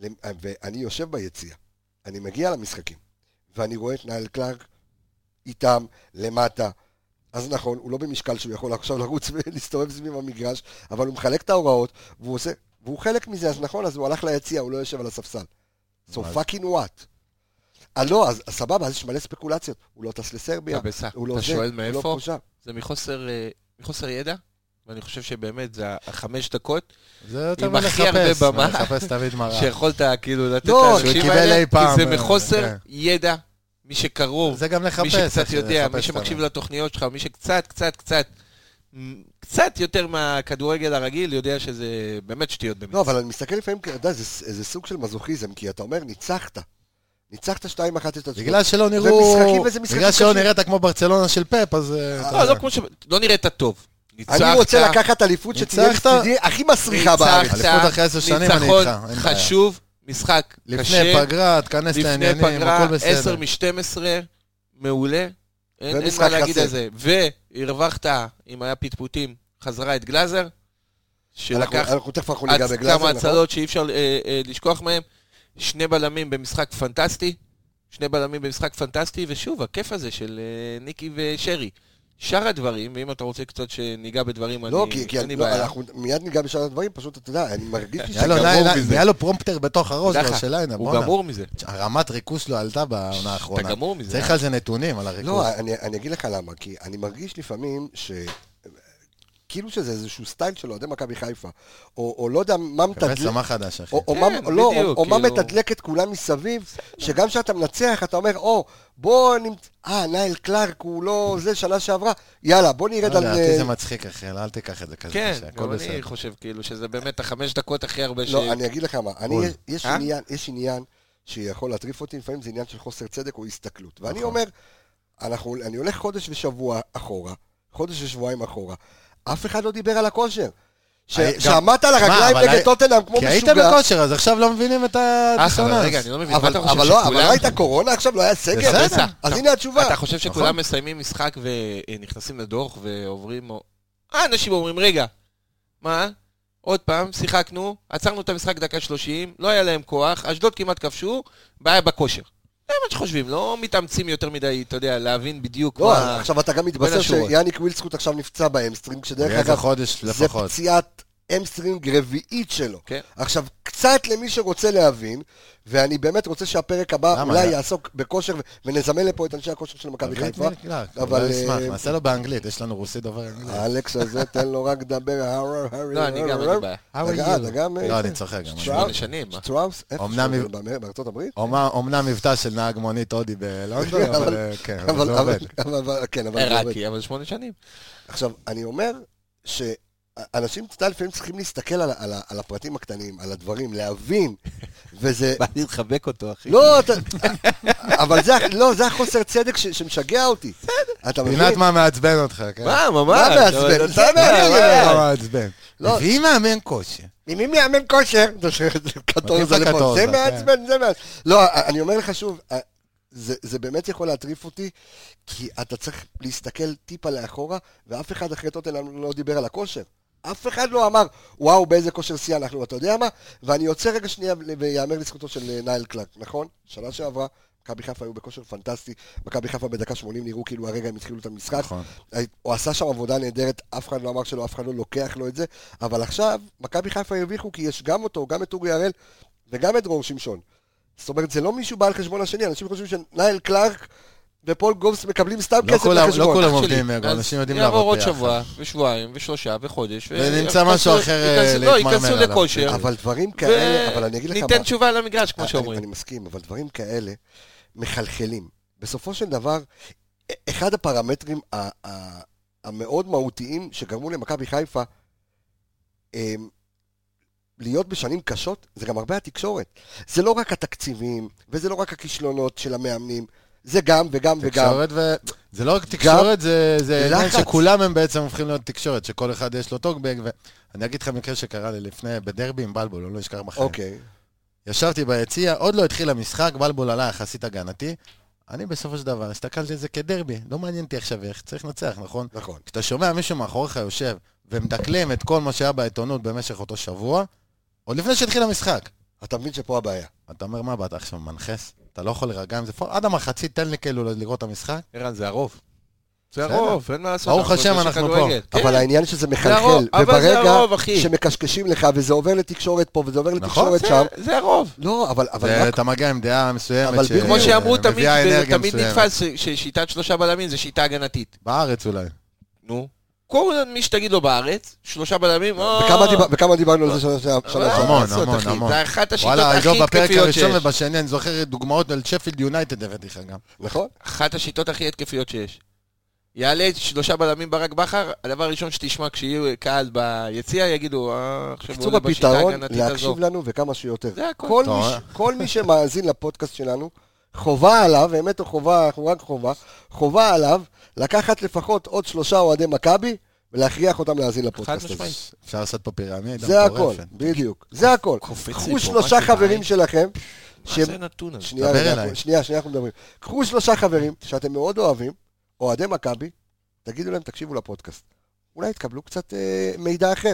[SPEAKER 1] ואני יושב ביציע, אני מגיע למשחקים, ואני רואה את נייל קלארק איתם, למטה. אז נכון, הוא לא במשקל שהוא יכול עכשיו לרוץ ולהסתובב סביב המגרש, אבל הוא מחלק את ההוראות, והוא עושה, והוא חלק מזה, אז נכון, אז הוא הלך ליציע, הוא לא יושב על הספסל. So fucking what? אה לא, אז סבבה, אז יש מלא ספקולציות. הוא לא טס לסרביה,
[SPEAKER 4] בסדר,
[SPEAKER 1] הוא לא
[SPEAKER 4] אתה
[SPEAKER 1] זה,
[SPEAKER 4] שואל
[SPEAKER 1] הוא לא
[SPEAKER 4] מאיפה?
[SPEAKER 1] פה שם.
[SPEAKER 4] זה מחוסר, אה, מחוסר ידע, ואני חושב שבאמת זה החמש דקות
[SPEAKER 2] זה יותר
[SPEAKER 4] עם הכי הרבה
[SPEAKER 2] מלחפש,
[SPEAKER 4] במה.
[SPEAKER 2] מלחפש תמיד מראה.
[SPEAKER 4] שיכולת כאילו לתת
[SPEAKER 1] לא,
[SPEAKER 2] שהוא
[SPEAKER 4] לאנשים
[SPEAKER 2] קיבל
[SPEAKER 4] האלה,
[SPEAKER 2] אי
[SPEAKER 4] כי
[SPEAKER 2] פעם,
[SPEAKER 4] זה
[SPEAKER 2] אה,
[SPEAKER 4] מחוסר
[SPEAKER 2] כן.
[SPEAKER 4] ידע, מי שקרוב,
[SPEAKER 2] זה גם לחפש.
[SPEAKER 4] מי שקצת
[SPEAKER 2] אחי,
[SPEAKER 4] יודע,
[SPEAKER 2] לחפש
[SPEAKER 4] מי
[SPEAKER 2] את
[SPEAKER 4] שמקשיב
[SPEAKER 2] המ-
[SPEAKER 4] לתוכניות שלך, מי שקצת, קצת, קצת, קצת יותר מהכדורגל הרגיל, יודע שזה באמת שטויות במיץ.
[SPEAKER 1] לא, אבל אני מסתכל לפעמים, אתה יודע, זה איזה סוג של מזוכיזם, כי אתה אומר, ניצחת. ניצחת שתיים אחת את עצמך.
[SPEAKER 2] בגלל שלא
[SPEAKER 1] ומשחקים
[SPEAKER 2] נראו...
[SPEAKER 1] וזה משחקים
[SPEAKER 2] בגלל שלא
[SPEAKER 1] קשים.
[SPEAKER 2] נראית כמו ברצלונה של פאפ, אז... אה, אתה
[SPEAKER 4] לא,
[SPEAKER 2] יודע.
[SPEAKER 4] לא כמו ש... לא נראית טוב.
[SPEAKER 1] אני רוצה לקחת אליפות שתהיה
[SPEAKER 2] ניצחת.
[SPEAKER 1] מצדי הכי מסריחה בארץ.
[SPEAKER 4] ניצחת,
[SPEAKER 2] אליפות אחרי עשר שנים, אני
[SPEAKER 4] ניצחון
[SPEAKER 2] איתך, אין בעיה.
[SPEAKER 4] חשוב, משחק
[SPEAKER 2] לפני
[SPEAKER 4] קשה,
[SPEAKER 2] פגרה, תכנס
[SPEAKER 4] לפני
[SPEAKER 2] לעניינים,
[SPEAKER 4] פגרה,
[SPEAKER 2] הכל בסדר.
[SPEAKER 4] עשר משתים עשרה, מעולה, אין אין
[SPEAKER 1] ומשחק
[SPEAKER 4] מה להגיד
[SPEAKER 1] חסר.
[SPEAKER 4] על זה. והרווחת, אם היה פטפוטים, חזרה את גלאזר, שלקח
[SPEAKER 1] אנחנו תכף אנחנו ניגע
[SPEAKER 4] הצ-
[SPEAKER 1] בגלאזר,
[SPEAKER 4] כמה
[SPEAKER 1] נכון?
[SPEAKER 4] הצלות שאי אפשר אה, אה, לשכוח מהם, שני בלמים במשחק פנטסטי, שני בלמים במשחק פנטסטי, ושוב, הכיף הזה של אה, ניקי ושרי. שאר הדברים, ואם אתה רוצה קצת שניגע בדברים,
[SPEAKER 1] לא,
[SPEAKER 4] אני,
[SPEAKER 1] כי, כי
[SPEAKER 4] אין לי
[SPEAKER 1] לא,
[SPEAKER 4] בעיה.
[SPEAKER 1] אנחנו מיד ניגע בשאר הדברים, פשוט אתה יודע, אני מרגיש לי
[SPEAKER 2] היה לו
[SPEAKER 1] שגמור
[SPEAKER 2] לילה-
[SPEAKER 1] מזה.
[SPEAKER 2] היה לו פרומפטר בתוך הראש
[SPEAKER 4] דחה,
[SPEAKER 2] כבר של ליינר,
[SPEAKER 4] הוא
[SPEAKER 2] בואנה.
[SPEAKER 4] גמור מזה.
[SPEAKER 2] הרמת ריכוז שלו עלתה בעונה
[SPEAKER 4] אתה
[SPEAKER 2] האחרונה.
[SPEAKER 4] גמור מזה.
[SPEAKER 2] צריך על זה נתונים, על הריכוז.
[SPEAKER 1] לא, אני, אני אגיד לך למה, כי אני מרגיש לפעמים ש... כאילו שזה איזשהו סטייל שלו, אוהדי מכבי חיפה, או, או לא יודע מה
[SPEAKER 2] מקווה
[SPEAKER 1] מתדלק,
[SPEAKER 2] סמה חדש, אחי.
[SPEAKER 1] או, או,
[SPEAKER 4] כן,
[SPEAKER 1] מה, לא,
[SPEAKER 4] בדיוק,
[SPEAKER 1] או, או מה
[SPEAKER 4] כאילו-
[SPEAKER 1] מתדלק את כולם מסביב, שגם כשאתה מנצח, אתה אומר, או, בוא נמצא, אה, נייל קלארק הוא לא זה שנה שעברה, יאללה, בוא נרד על...
[SPEAKER 2] לדעתי זה מצחיק, אחי, אל תיקח את זה כזה
[SPEAKER 4] כן,
[SPEAKER 2] קשה, הכל
[SPEAKER 4] גם אני
[SPEAKER 2] בסדר.
[SPEAKER 4] חושב כאילו שזה באמת החמש דקות הכי הרבה ש...
[SPEAKER 1] לא, אני אגיד לך מה, אני,
[SPEAKER 2] בול.
[SPEAKER 1] יש, יש,
[SPEAKER 4] אה?
[SPEAKER 1] עניין, יש עניין שיכול להטריף אותי, לפעמים זה עניין של חוסר צדק או הסתכלות. ואני
[SPEAKER 2] נכון.
[SPEAKER 1] אומר, אנחנו, אני הולך חודש ושבוע אחורה, חודש ושבועיים אחורה, אף אחד לא דיבר על הכושר. ש-
[SPEAKER 2] גם-
[SPEAKER 1] שעמדת על הרגליים
[SPEAKER 2] מה, אבל
[SPEAKER 1] נגד
[SPEAKER 2] הי-
[SPEAKER 1] טוטנהאם כמו
[SPEAKER 2] כי היית
[SPEAKER 1] משוגע.
[SPEAKER 2] בכושר, אז עכשיו לא מבינים את
[SPEAKER 4] אה, אבל
[SPEAKER 2] הדיסוננס.
[SPEAKER 4] רגע, אני לא מבין, מה
[SPEAKER 1] אבל
[SPEAKER 4] אתה חושב
[SPEAKER 1] אבל לא, אבל לא
[SPEAKER 4] שכולם...
[SPEAKER 1] הייתה קורונה עכשיו, לא היה סגר.
[SPEAKER 2] בסדר.
[SPEAKER 1] אז
[SPEAKER 4] אתה-
[SPEAKER 1] הנה התשובה.
[SPEAKER 4] אתה חושב שכולם מסיימים משחק ונכנסים לדוח ועוברים... אה, אנשים אומרים, רגע, מה? עוד פעם, שיחקנו, עצרנו את המשחק דקה שלושים, לא היה להם כוח, אשדוד כמעט כבשו, בעיה בכושר. זה מה שחושבים, לא מתאמצים יותר מדי, אתה יודע, להבין בדיוק
[SPEAKER 1] לא,
[SPEAKER 4] מה...
[SPEAKER 1] עכשיו אתה גם מתבשר
[SPEAKER 4] בין השורות.
[SPEAKER 1] שיאניק ווילסקוט עכשיו נפצע באמסטרינג, שדרך
[SPEAKER 2] יהיה איזה
[SPEAKER 1] אגב,
[SPEAKER 2] חודש
[SPEAKER 1] זה
[SPEAKER 2] לפחות.
[SPEAKER 1] פציעת אמסטרינג רביעית שלו.
[SPEAKER 4] כן.
[SPEAKER 1] עכשיו, קצת למי שרוצה להבין, ואני באמת רוצה שהפרק הבא
[SPEAKER 2] למה?
[SPEAKER 1] אולי
[SPEAKER 2] היה-
[SPEAKER 1] יעסוק בכושר, ו- ונזמן לפה את אנשי הכושר של מכבי
[SPEAKER 2] תביא את
[SPEAKER 1] חיפה.
[SPEAKER 2] ניל קלארק,
[SPEAKER 1] אבל,
[SPEAKER 2] אבל נשמח,
[SPEAKER 1] אה,
[SPEAKER 2] נעשה לו באנגלית, יש לנו רוסי דובר אנגלית.
[SPEAKER 1] האלכס הזה, תן לו רק לדבר.
[SPEAKER 4] לא, אני גם, אין לי בעיה.
[SPEAKER 2] How
[SPEAKER 1] אתה
[SPEAKER 2] are
[SPEAKER 1] גם-
[SPEAKER 2] you?
[SPEAKER 1] אתה גם...
[SPEAKER 2] לא, אני צוחק גם.
[SPEAKER 1] שטראוס?
[SPEAKER 4] שמונה שנים, מה?
[SPEAKER 1] שטראוס? איפה
[SPEAKER 2] אמנם-
[SPEAKER 1] שהוא? באמר- בארצות הברית?
[SPEAKER 2] אומנם אומנם מבטא של נהג מונית הודי בלונדון,
[SPEAKER 1] אבל-
[SPEAKER 2] אבל אה, כן, אבל
[SPEAKER 1] אבל,
[SPEAKER 2] זה
[SPEAKER 1] אבל,
[SPEAKER 2] עובד.
[SPEAKER 1] אבל, אבל, כן, אבל זה עובד.
[SPEAKER 4] עיראקי, אבל שמונה שנים.
[SPEAKER 1] עכשיו, אני אומר שאנשים, אתה יודע, לפעמים צריכים להסתכל על, ה- על, ה- על הפרטים הקטנים, על הדברים, להבין, וזה...
[SPEAKER 4] בא לי לחבק אותו, אחי.
[SPEAKER 1] לא, אתה... אבל זה, לא, זה החוסר צדק ש, שמשגע אותי. אתה מבין?
[SPEAKER 2] פינת מה מעצבן אותך, כן?
[SPEAKER 4] מה, ממש?
[SPEAKER 1] מה מעצבן?
[SPEAKER 4] אבל-
[SPEAKER 1] זה מעניין,
[SPEAKER 4] מה?
[SPEAKER 2] מה מעצבן?
[SPEAKER 1] לא.
[SPEAKER 2] מביא מאמן כושר.
[SPEAKER 1] אם מי מאמן כושר, קטור זה לפה,
[SPEAKER 2] קטורזה,
[SPEAKER 1] זה
[SPEAKER 2] כן.
[SPEAKER 1] מעצבן, זה מעצבן. לא, אני אומר לך שוב, זה, זה באמת יכול להטריף אותי, כי אתה צריך להסתכל טיפה לאחורה, ואף אחד אחרי טוטנהאם לא דיבר על הכושר. אף אחד לא אמר, וואו, באיזה כושר שיא אנחנו, אתה יודע מה? ואני יוצא רגע שנייה ויאמר לזכותו של נייל קלארק, נכון? שנה שעברה, מכבי חיפה היו בכושר פנטסטי, מכבי חיפה בדקה שמונים נראו כאילו הרגע הם התחילו את המשחק.
[SPEAKER 2] נכון.
[SPEAKER 1] הוא עשה שם עבודה נהדרת, אף אחד לא אמר שלא, אף אחד לא לוקח לו את זה, אבל עכשיו, מכבי חיפה הרוויחו כי יש גם אותו, גם את אורי הראל וגם את דרור שמשון. זאת אומרת, זה לא מישהו בא על חשבון השני, אנשים חושבים שנייל קלארק ופול גובס מקבלים סתם
[SPEAKER 2] לא
[SPEAKER 1] כסף
[SPEAKER 2] כולם- לא
[SPEAKER 1] לחשבון.
[SPEAKER 2] כולם
[SPEAKER 4] אח
[SPEAKER 2] עובדים
[SPEAKER 4] שלי.
[SPEAKER 2] עם אגו,
[SPEAKER 4] אז
[SPEAKER 2] אנשים יודעים
[SPEAKER 4] יעבור
[SPEAKER 2] לעבוד
[SPEAKER 4] עוד
[SPEAKER 2] ביחד.
[SPEAKER 4] שבוע, ושבועיים, ושלושה, וחודש.
[SPEAKER 2] ונמצא
[SPEAKER 4] ו-
[SPEAKER 2] משהו אחר, אה,
[SPEAKER 4] ייכנסו- לא,
[SPEAKER 2] להתמרמר
[SPEAKER 4] ייכנסו
[SPEAKER 2] עליו.
[SPEAKER 4] לכושר.
[SPEAKER 1] אבל דברים כאלה, אבל אני אגיד לך מה,
[SPEAKER 4] וניתן תשובה למגרש, כמו
[SPEAKER 1] אני-
[SPEAKER 4] שאומרים.
[SPEAKER 1] אני מסכים, אבל דברים כאלה מחלחלים. בסופו של דבר, אחד הפרמטרים ה- ה- המאוד מהותיים שגרמו למכבי חיפה הם, להיות בשנים קשות, זה גם הרבה התקשורת. זה לא רק התקציבים, וזה לא רק הכישלונות של המאמנים, זה גם וגם וגם.
[SPEAKER 2] תקשורת ו... זה לא רק תקשורת, זה זה עניין
[SPEAKER 1] לחץ.
[SPEAKER 2] שכולם הם בעצם הופכים להיות תקשורת, שכל אחד יש לו טוקבק, ואני אגיד לך מקרה שקרה לי לפני, בדרבי עם בלבול, אני לא אשכח בחיים.
[SPEAKER 1] אוקיי.
[SPEAKER 2] ישבתי ביציע, עוד לא התחיל המשחק, בלבול עלה יחסית הגנתי, אני בסופו של דבר הסתכלתי על זה כדרבי, לא מעניין אותי עכשיו איך, צריך לנצח, נכון?
[SPEAKER 1] נכון.
[SPEAKER 2] כשאתה שומע מישהו מאחוריך יושב, ומדקלם את כל מה שהיה בעיתונות במשך אותו שבוע, עוד לפני שהתחיל המשחק.
[SPEAKER 1] אתה מבין שפה הבעיה.
[SPEAKER 2] אתה אומר, מה, באת עכשיו מנחס? אתה לא יכול להירגע עם זה? עד המחצית, תן לי כאילו לראות את המשחק.
[SPEAKER 4] ערן, זה הרוב. זה
[SPEAKER 2] בסדר.
[SPEAKER 4] הרוב, אין מה לעשות.
[SPEAKER 2] ברוך
[SPEAKER 4] אנחנו
[SPEAKER 2] השם,
[SPEAKER 4] בשביל
[SPEAKER 2] אנחנו
[SPEAKER 4] כדורגל.
[SPEAKER 2] פה.
[SPEAKER 4] כן.
[SPEAKER 1] אבל העניין שזה
[SPEAKER 4] הרוב,
[SPEAKER 1] מחלחל,
[SPEAKER 4] אבל זה
[SPEAKER 1] וברגע
[SPEAKER 4] הרוב, אחי.
[SPEAKER 1] שמקשקשים לך, וזה עובר לתקשורת פה, וזה עובר
[SPEAKER 2] נכון,
[SPEAKER 1] לתקשורת
[SPEAKER 4] זה-
[SPEAKER 1] שם,
[SPEAKER 4] זה הרוב.
[SPEAKER 1] לא, אבל אבל רק
[SPEAKER 2] ואתה מגיע עם דעה מסוימת,
[SPEAKER 1] אבל
[SPEAKER 2] ש-
[SPEAKER 1] בדיוק.
[SPEAKER 4] כמו שאמרו תמיד,
[SPEAKER 2] מביאה אנרגיה
[SPEAKER 4] תמיד
[SPEAKER 2] מסוימת.
[SPEAKER 4] נתפס ש- ששיטת שלושה בלמים זה שיטה הגנתית.
[SPEAKER 2] בארץ אולי.
[SPEAKER 4] נו. כל מי שתגיד לו בארץ, שלושה בלמים, או...
[SPEAKER 1] וכמה דיבר- וכמה דיברנו על זה שנה שנה
[SPEAKER 4] אבל
[SPEAKER 1] שעברה.
[SPEAKER 2] המון,
[SPEAKER 4] לעשות,
[SPEAKER 2] המון,
[SPEAKER 4] אחי,
[SPEAKER 2] המון.
[SPEAKER 4] זה אחת השיטות
[SPEAKER 2] וואלה,
[SPEAKER 4] הכי
[SPEAKER 2] עידו בפרק
[SPEAKER 4] התקפיות
[SPEAKER 2] הראשון
[SPEAKER 4] שיש.
[SPEAKER 2] ובשני, אני זוכר דוגמאות על שפילד יונייטד הבאתי לך גם.
[SPEAKER 1] נכון?
[SPEAKER 4] אחת השיטות הכי התקפיות שיש. יעלה שלושה בלמים ברק בכר, הדבר הראשון שתשמע כשיהיו קהל ביציע, יגידו, אה, עכשיו הוא
[SPEAKER 1] בקיצור
[SPEAKER 4] עולה בשיטה
[SPEAKER 1] הפתרון,
[SPEAKER 4] ההגנתית הזו.
[SPEAKER 1] להקשיב לנו וכמה שיותר.
[SPEAKER 4] זה הכל.
[SPEAKER 1] כל
[SPEAKER 2] טוב.
[SPEAKER 1] מי ש- כל מי שמאזין לפודקאסט שלנו, חובה עליו, באמת או חובה, אנחנו רק חובה, חובה עליו לקחת לפחות עוד שלושה אוהדי מכבי ולהכריח אותם להאזין לפודקאסט הזה.
[SPEAKER 4] משמעית.
[SPEAKER 2] אפשר לעשות פה פירמידה
[SPEAKER 1] זה הכל,
[SPEAKER 2] מטורפת.
[SPEAKER 1] בדיוק, זה הכל.
[SPEAKER 4] קופץ לי
[SPEAKER 1] קחו
[SPEAKER 4] פה
[SPEAKER 1] שלושה
[SPEAKER 4] משהו
[SPEAKER 1] חברים
[SPEAKER 4] בעין.
[SPEAKER 1] שלכם,
[SPEAKER 4] מה
[SPEAKER 1] שהם-
[SPEAKER 4] זה נתון הזה?
[SPEAKER 1] שנייה,
[SPEAKER 2] דבר
[SPEAKER 1] רגע,
[SPEAKER 2] אליי.
[SPEAKER 1] אנחנו- שנייה, שנייה אנחנו מדברים. קחו שלושה חברים שאתם מאוד אוהבים, אוהדי מכבי, תגידו להם, תקשיבו לפודקאסט. אולי תקבלו קצת אה, מידע אחר.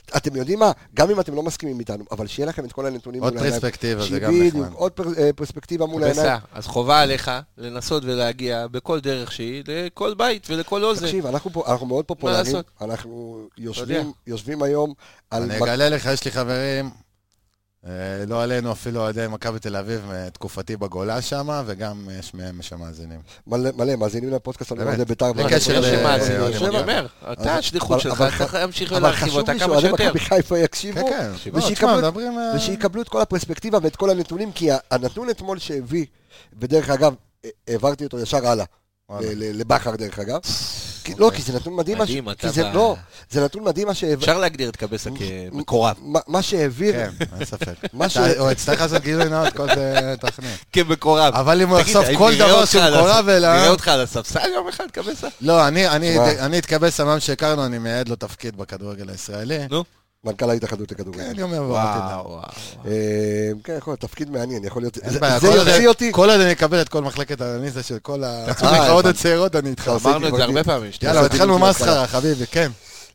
[SPEAKER 1] אתם יודעים מה? גם אם אתם לא מסכימים איתנו, אבל שיהיה לכם את כל הנתונים
[SPEAKER 2] עוד
[SPEAKER 1] מול העיניים.
[SPEAKER 2] פרספקטיבה, זה גם
[SPEAKER 1] בדיוק,
[SPEAKER 2] נחמד.
[SPEAKER 1] עוד פר- אה, פרספקטיבה מול העיניים.
[SPEAKER 4] בסדר, אז חובה עליך לנסות ולהגיע בכל דרך שהיא, לכל בית ולכל אוזן.
[SPEAKER 1] תקשיב, אנחנו פה- אנחנו מאוד פופולריים,
[SPEAKER 4] לעשות?
[SPEAKER 1] אנחנו
[SPEAKER 4] יודע.
[SPEAKER 1] יושבים- יושבים היום על...
[SPEAKER 2] אני
[SPEAKER 1] מק-
[SPEAKER 2] אגלה לך, יש לי חברים, אה, לא עלינו אפילו אוהדי מכבי תל אביב, תקופתי בגולה שם, וגם יש מהם שמאזינים.
[SPEAKER 1] מלא, מלא, מאזינים לפודקאסט, אני
[SPEAKER 2] באמת.
[SPEAKER 1] אוהדי בית"ר.
[SPEAKER 2] בלי
[SPEAKER 1] ואני
[SPEAKER 2] קשר
[SPEAKER 1] חושב
[SPEAKER 2] ל-
[SPEAKER 1] שמאזינים
[SPEAKER 2] אה,
[SPEAKER 1] לבאר
[SPEAKER 4] אני
[SPEAKER 1] שבע.
[SPEAKER 4] אומר, אתה
[SPEAKER 1] אז-
[SPEAKER 4] השליחות
[SPEAKER 1] אבל-
[SPEAKER 4] שלך,
[SPEAKER 1] אבל-
[SPEAKER 4] צריך להמשיך
[SPEAKER 1] אבל
[SPEAKER 4] ולהרחיב
[SPEAKER 1] חשוב
[SPEAKER 4] אותה
[SPEAKER 1] לי
[SPEAKER 4] כמה
[SPEAKER 1] שאוהדי
[SPEAKER 4] שיותר.
[SPEAKER 1] מכבי חיפה יקשיבו,
[SPEAKER 2] כן, כן. לא,
[SPEAKER 1] ושיקבלו
[SPEAKER 2] תשמע,
[SPEAKER 1] את-
[SPEAKER 2] מדברים... אה,
[SPEAKER 1] ושיקבלו את כל הפרספקטיבה ואת כל הנתונים, כי הנתון אתמול שהביא, ודרך אגב, העברתי אותו ישר הלאה,
[SPEAKER 2] וואלה.
[SPEAKER 1] ל- ל- לבכר דרך אגב. כי- לא, כי זה נתון מדהים, מה ש-
[SPEAKER 4] מדהים,
[SPEAKER 1] כי
[SPEAKER 4] אתה
[SPEAKER 1] זה
[SPEAKER 4] ב-
[SPEAKER 1] לא, זה נתון מדהים מה שהעביר,
[SPEAKER 4] אפשר להגדיר את קבסה כמקורב.
[SPEAKER 1] מה- מה שהעביר,
[SPEAKER 2] כן, אין ספק.
[SPEAKER 1] מה ש...
[SPEAKER 2] אתה- הוא יצטרך לעשות גילוי נאות כל זה תכנית.
[SPEAKER 4] כמקורב.
[SPEAKER 2] אבל אם הוא
[SPEAKER 4] תגיד,
[SPEAKER 2] יחשוף
[SPEAKER 4] האם
[SPEAKER 2] כל
[SPEAKER 4] נראה
[SPEAKER 2] דבר
[SPEAKER 4] אותך
[SPEAKER 2] שהוא
[SPEAKER 4] על
[SPEAKER 2] מקורב
[SPEAKER 4] הס-
[SPEAKER 2] אליו...
[SPEAKER 4] נראה אותך על הספסל יום אחד, קבסה?
[SPEAKER 2] לא, אני- אני
[SPEAKER 1] תשמע.
[SPEAKER 2] אני אתקבל סמם שהכרנו, אני מייעד לו תפקיד בכדורגל הישראלי.
[SPEAKER 4] נו.
[SPEAKER 1] מנכ"ל ההתאחדות
[SPEAKER 2] כן,
[SPEAKER 1] לכדורגל.
[SPEAKER 2] אני אומר, בעתיד.
[SPEAKER 4] וואו, וואו.
[SPEAKER 1] אה, כן, יכול להיות, תפקיד מעניין, יכול להיות,
[SPEAKER 2] אין
[SPEAKER 1] זה
[SPEAKER 2] בעיה,
[SPEAKER 1] זה
[SPEAKER 2] כל עוד-
[SPEAKER 1] יוציא אותי,
[SPEAKER 2] כל עוד אני אקבל את כל מחלקת האנליזה של כל
[SPEAKER 1] אה,
[SPEAKER 2] הנבחרות
[SPEAKER 1] הבנתי.
[SPEAKER 2] הצעירות, אני איתך.
[SPEAKER 1] עושה
[SPEAKER 4] אמרנו את
[SPEAKER 1] איתי
[SPEAKER 4] זה הרבה
[SPEAKER 1] מרגיש.
[SPEAKER 4] פעמים. שאתה-
[SPEAKER 2] יאללה,
[SPEAKER 1] עשיתי
[SPEAKER 2] התחלנו
[SPEAKER 1] בדיוק
[SPEAKER 2] מסחרה, חביבי, כן.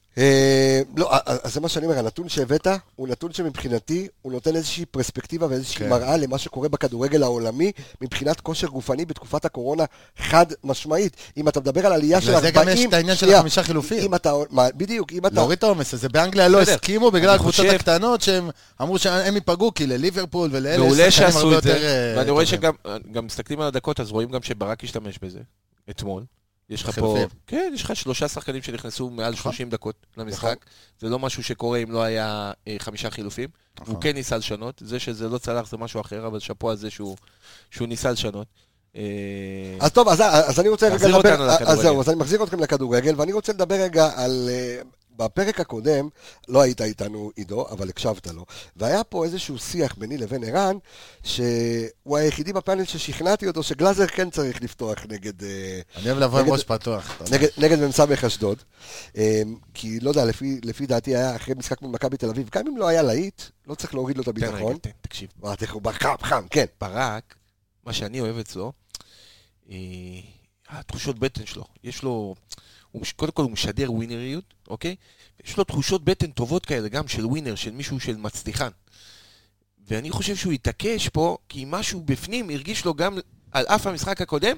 [SPEAKER 1] אה, לא, אז זה מה שאני אומר, הנתון שהבאת הוא נתון שמבחינתי הוא נותן איזושהי פרספקטיבה ואיזושהי
[SPEAKER 2] כן.
[SPEAKER 1] מראה למה שקורה בכדורגל העולמי מבחינת כושר גופני בתקופת הקורונה חד משמעית. אם אתה מדבר על עלייה של
[SPEAKER 2] בגלל
[SPEAKER 1] ארבעים...
[SPEAKER 2] זה גם יש את העניין של
[SPEAKER 1] שנייה,
[SPEAKER 2] החמישה חילופים.
[SPEAKER 1] אם אתה... מה, בדיוק, אם אתה...
[SPEAKER 2] להוריד את העומס הזה, באנגליה לא
[SPEAKER 4] בסדר.
[SPEAKER 2] הסכימו בגלל
[SPEAKER 4] אני
[SPEAKER 2] הקבוצות
[SPEAKER 4] חושב-
[SPEAKER 2] הקטנות שהם אמרו שהם ייפגעו, כי לליברפול ולאלה
[SPEAKER 4] מעולה
[SPEAKER 2] שחקנים
[SPEAKER 4] שעשו
[SPEAKER 2] הרבה
[SPEAKER 4] את זה,
[SPEAKER 2] יותר, אה,
[SPEAKER 4] ואני רואה
[SPEAKER 2] טובים.
[SPEAKER 4] שגם גם מסתכלים על הדקות, אז רואים גם שברק השתמש בזה, אתמול. יש לך פה,
[SPEAKER 2] חילופים.
[SPEAKER 4] כן, יש לך שלושה שחקנים שנכנסו מעל שלושים דקות
[SPEAKER 1] נכון.
[SPEAKER 4] למשחק. זה לא משהו שקורה אם לא היה אה, חמישה חילופים.
[SPEAKER 2] נכון.
[SPEAKER 4] הוא כן ניסה לשנות, זה שזה לא צלח זה משהו אחר, אבל שאפו על זה שהוא שהוא ניסה לשנות. אה,
[SPEAKER 1] אז טוב, אז, אז אני רוצה רגע
[SPEAKER 4] תחזיר
[SPEAKER 1] לדבר...
[SPEAKER 4] אותנו לכדורגל.
[SPEAKER 1] אז זהו, אז אני מחזיר אתכם לכדורגל, ואני רוצה לדבר רגע על... אה, בפרק הקודם, לא היית איתנו עידו, אבל הקשבת לו, והיה פה איזשהו שיח ביני לבין ערן, שהוא היחידי בפאנל ששכנעתי אותו שגלאזר כן צריך לפתוח נגד... אה,
[SPEAKER 2] אני אוהב לבוא עם
[SPEAKER 1] נגד-
[SPEAKER 2] ראש פתוח. אתה יודע.
[SPEAKER 1] נגד, נגד ממסמך אשדוד, אה, כי לא יודע, לפי, לפי דעתי היה אחרי משחק מול מכבי תל אביב, גם אם לא היה להיט, לא צריך להוריד לו את
[SPEAKER 4] תן רגע,
[SPEAKER 1] הביטחון.
[SPEAKER 4] תן, תקשיב.
[SPEAKER 1] וואו, הוא בא חם, חם, כן.
[SPEAKER 4] ברק, מה שאני אוהב אצלו, אה, התחושות בטן שלו, יש לו, הוא, מש- קודם כל הוא משדר ווינריות, אוקיי? יש לו תחושות בטן טובות כאלה, גם של ווינר, של מישהו של מצליחן. ואני חושב שהוא יתעקש פה, כי משהו בפנים הרגיש לו גם על אף המשחק הקודם,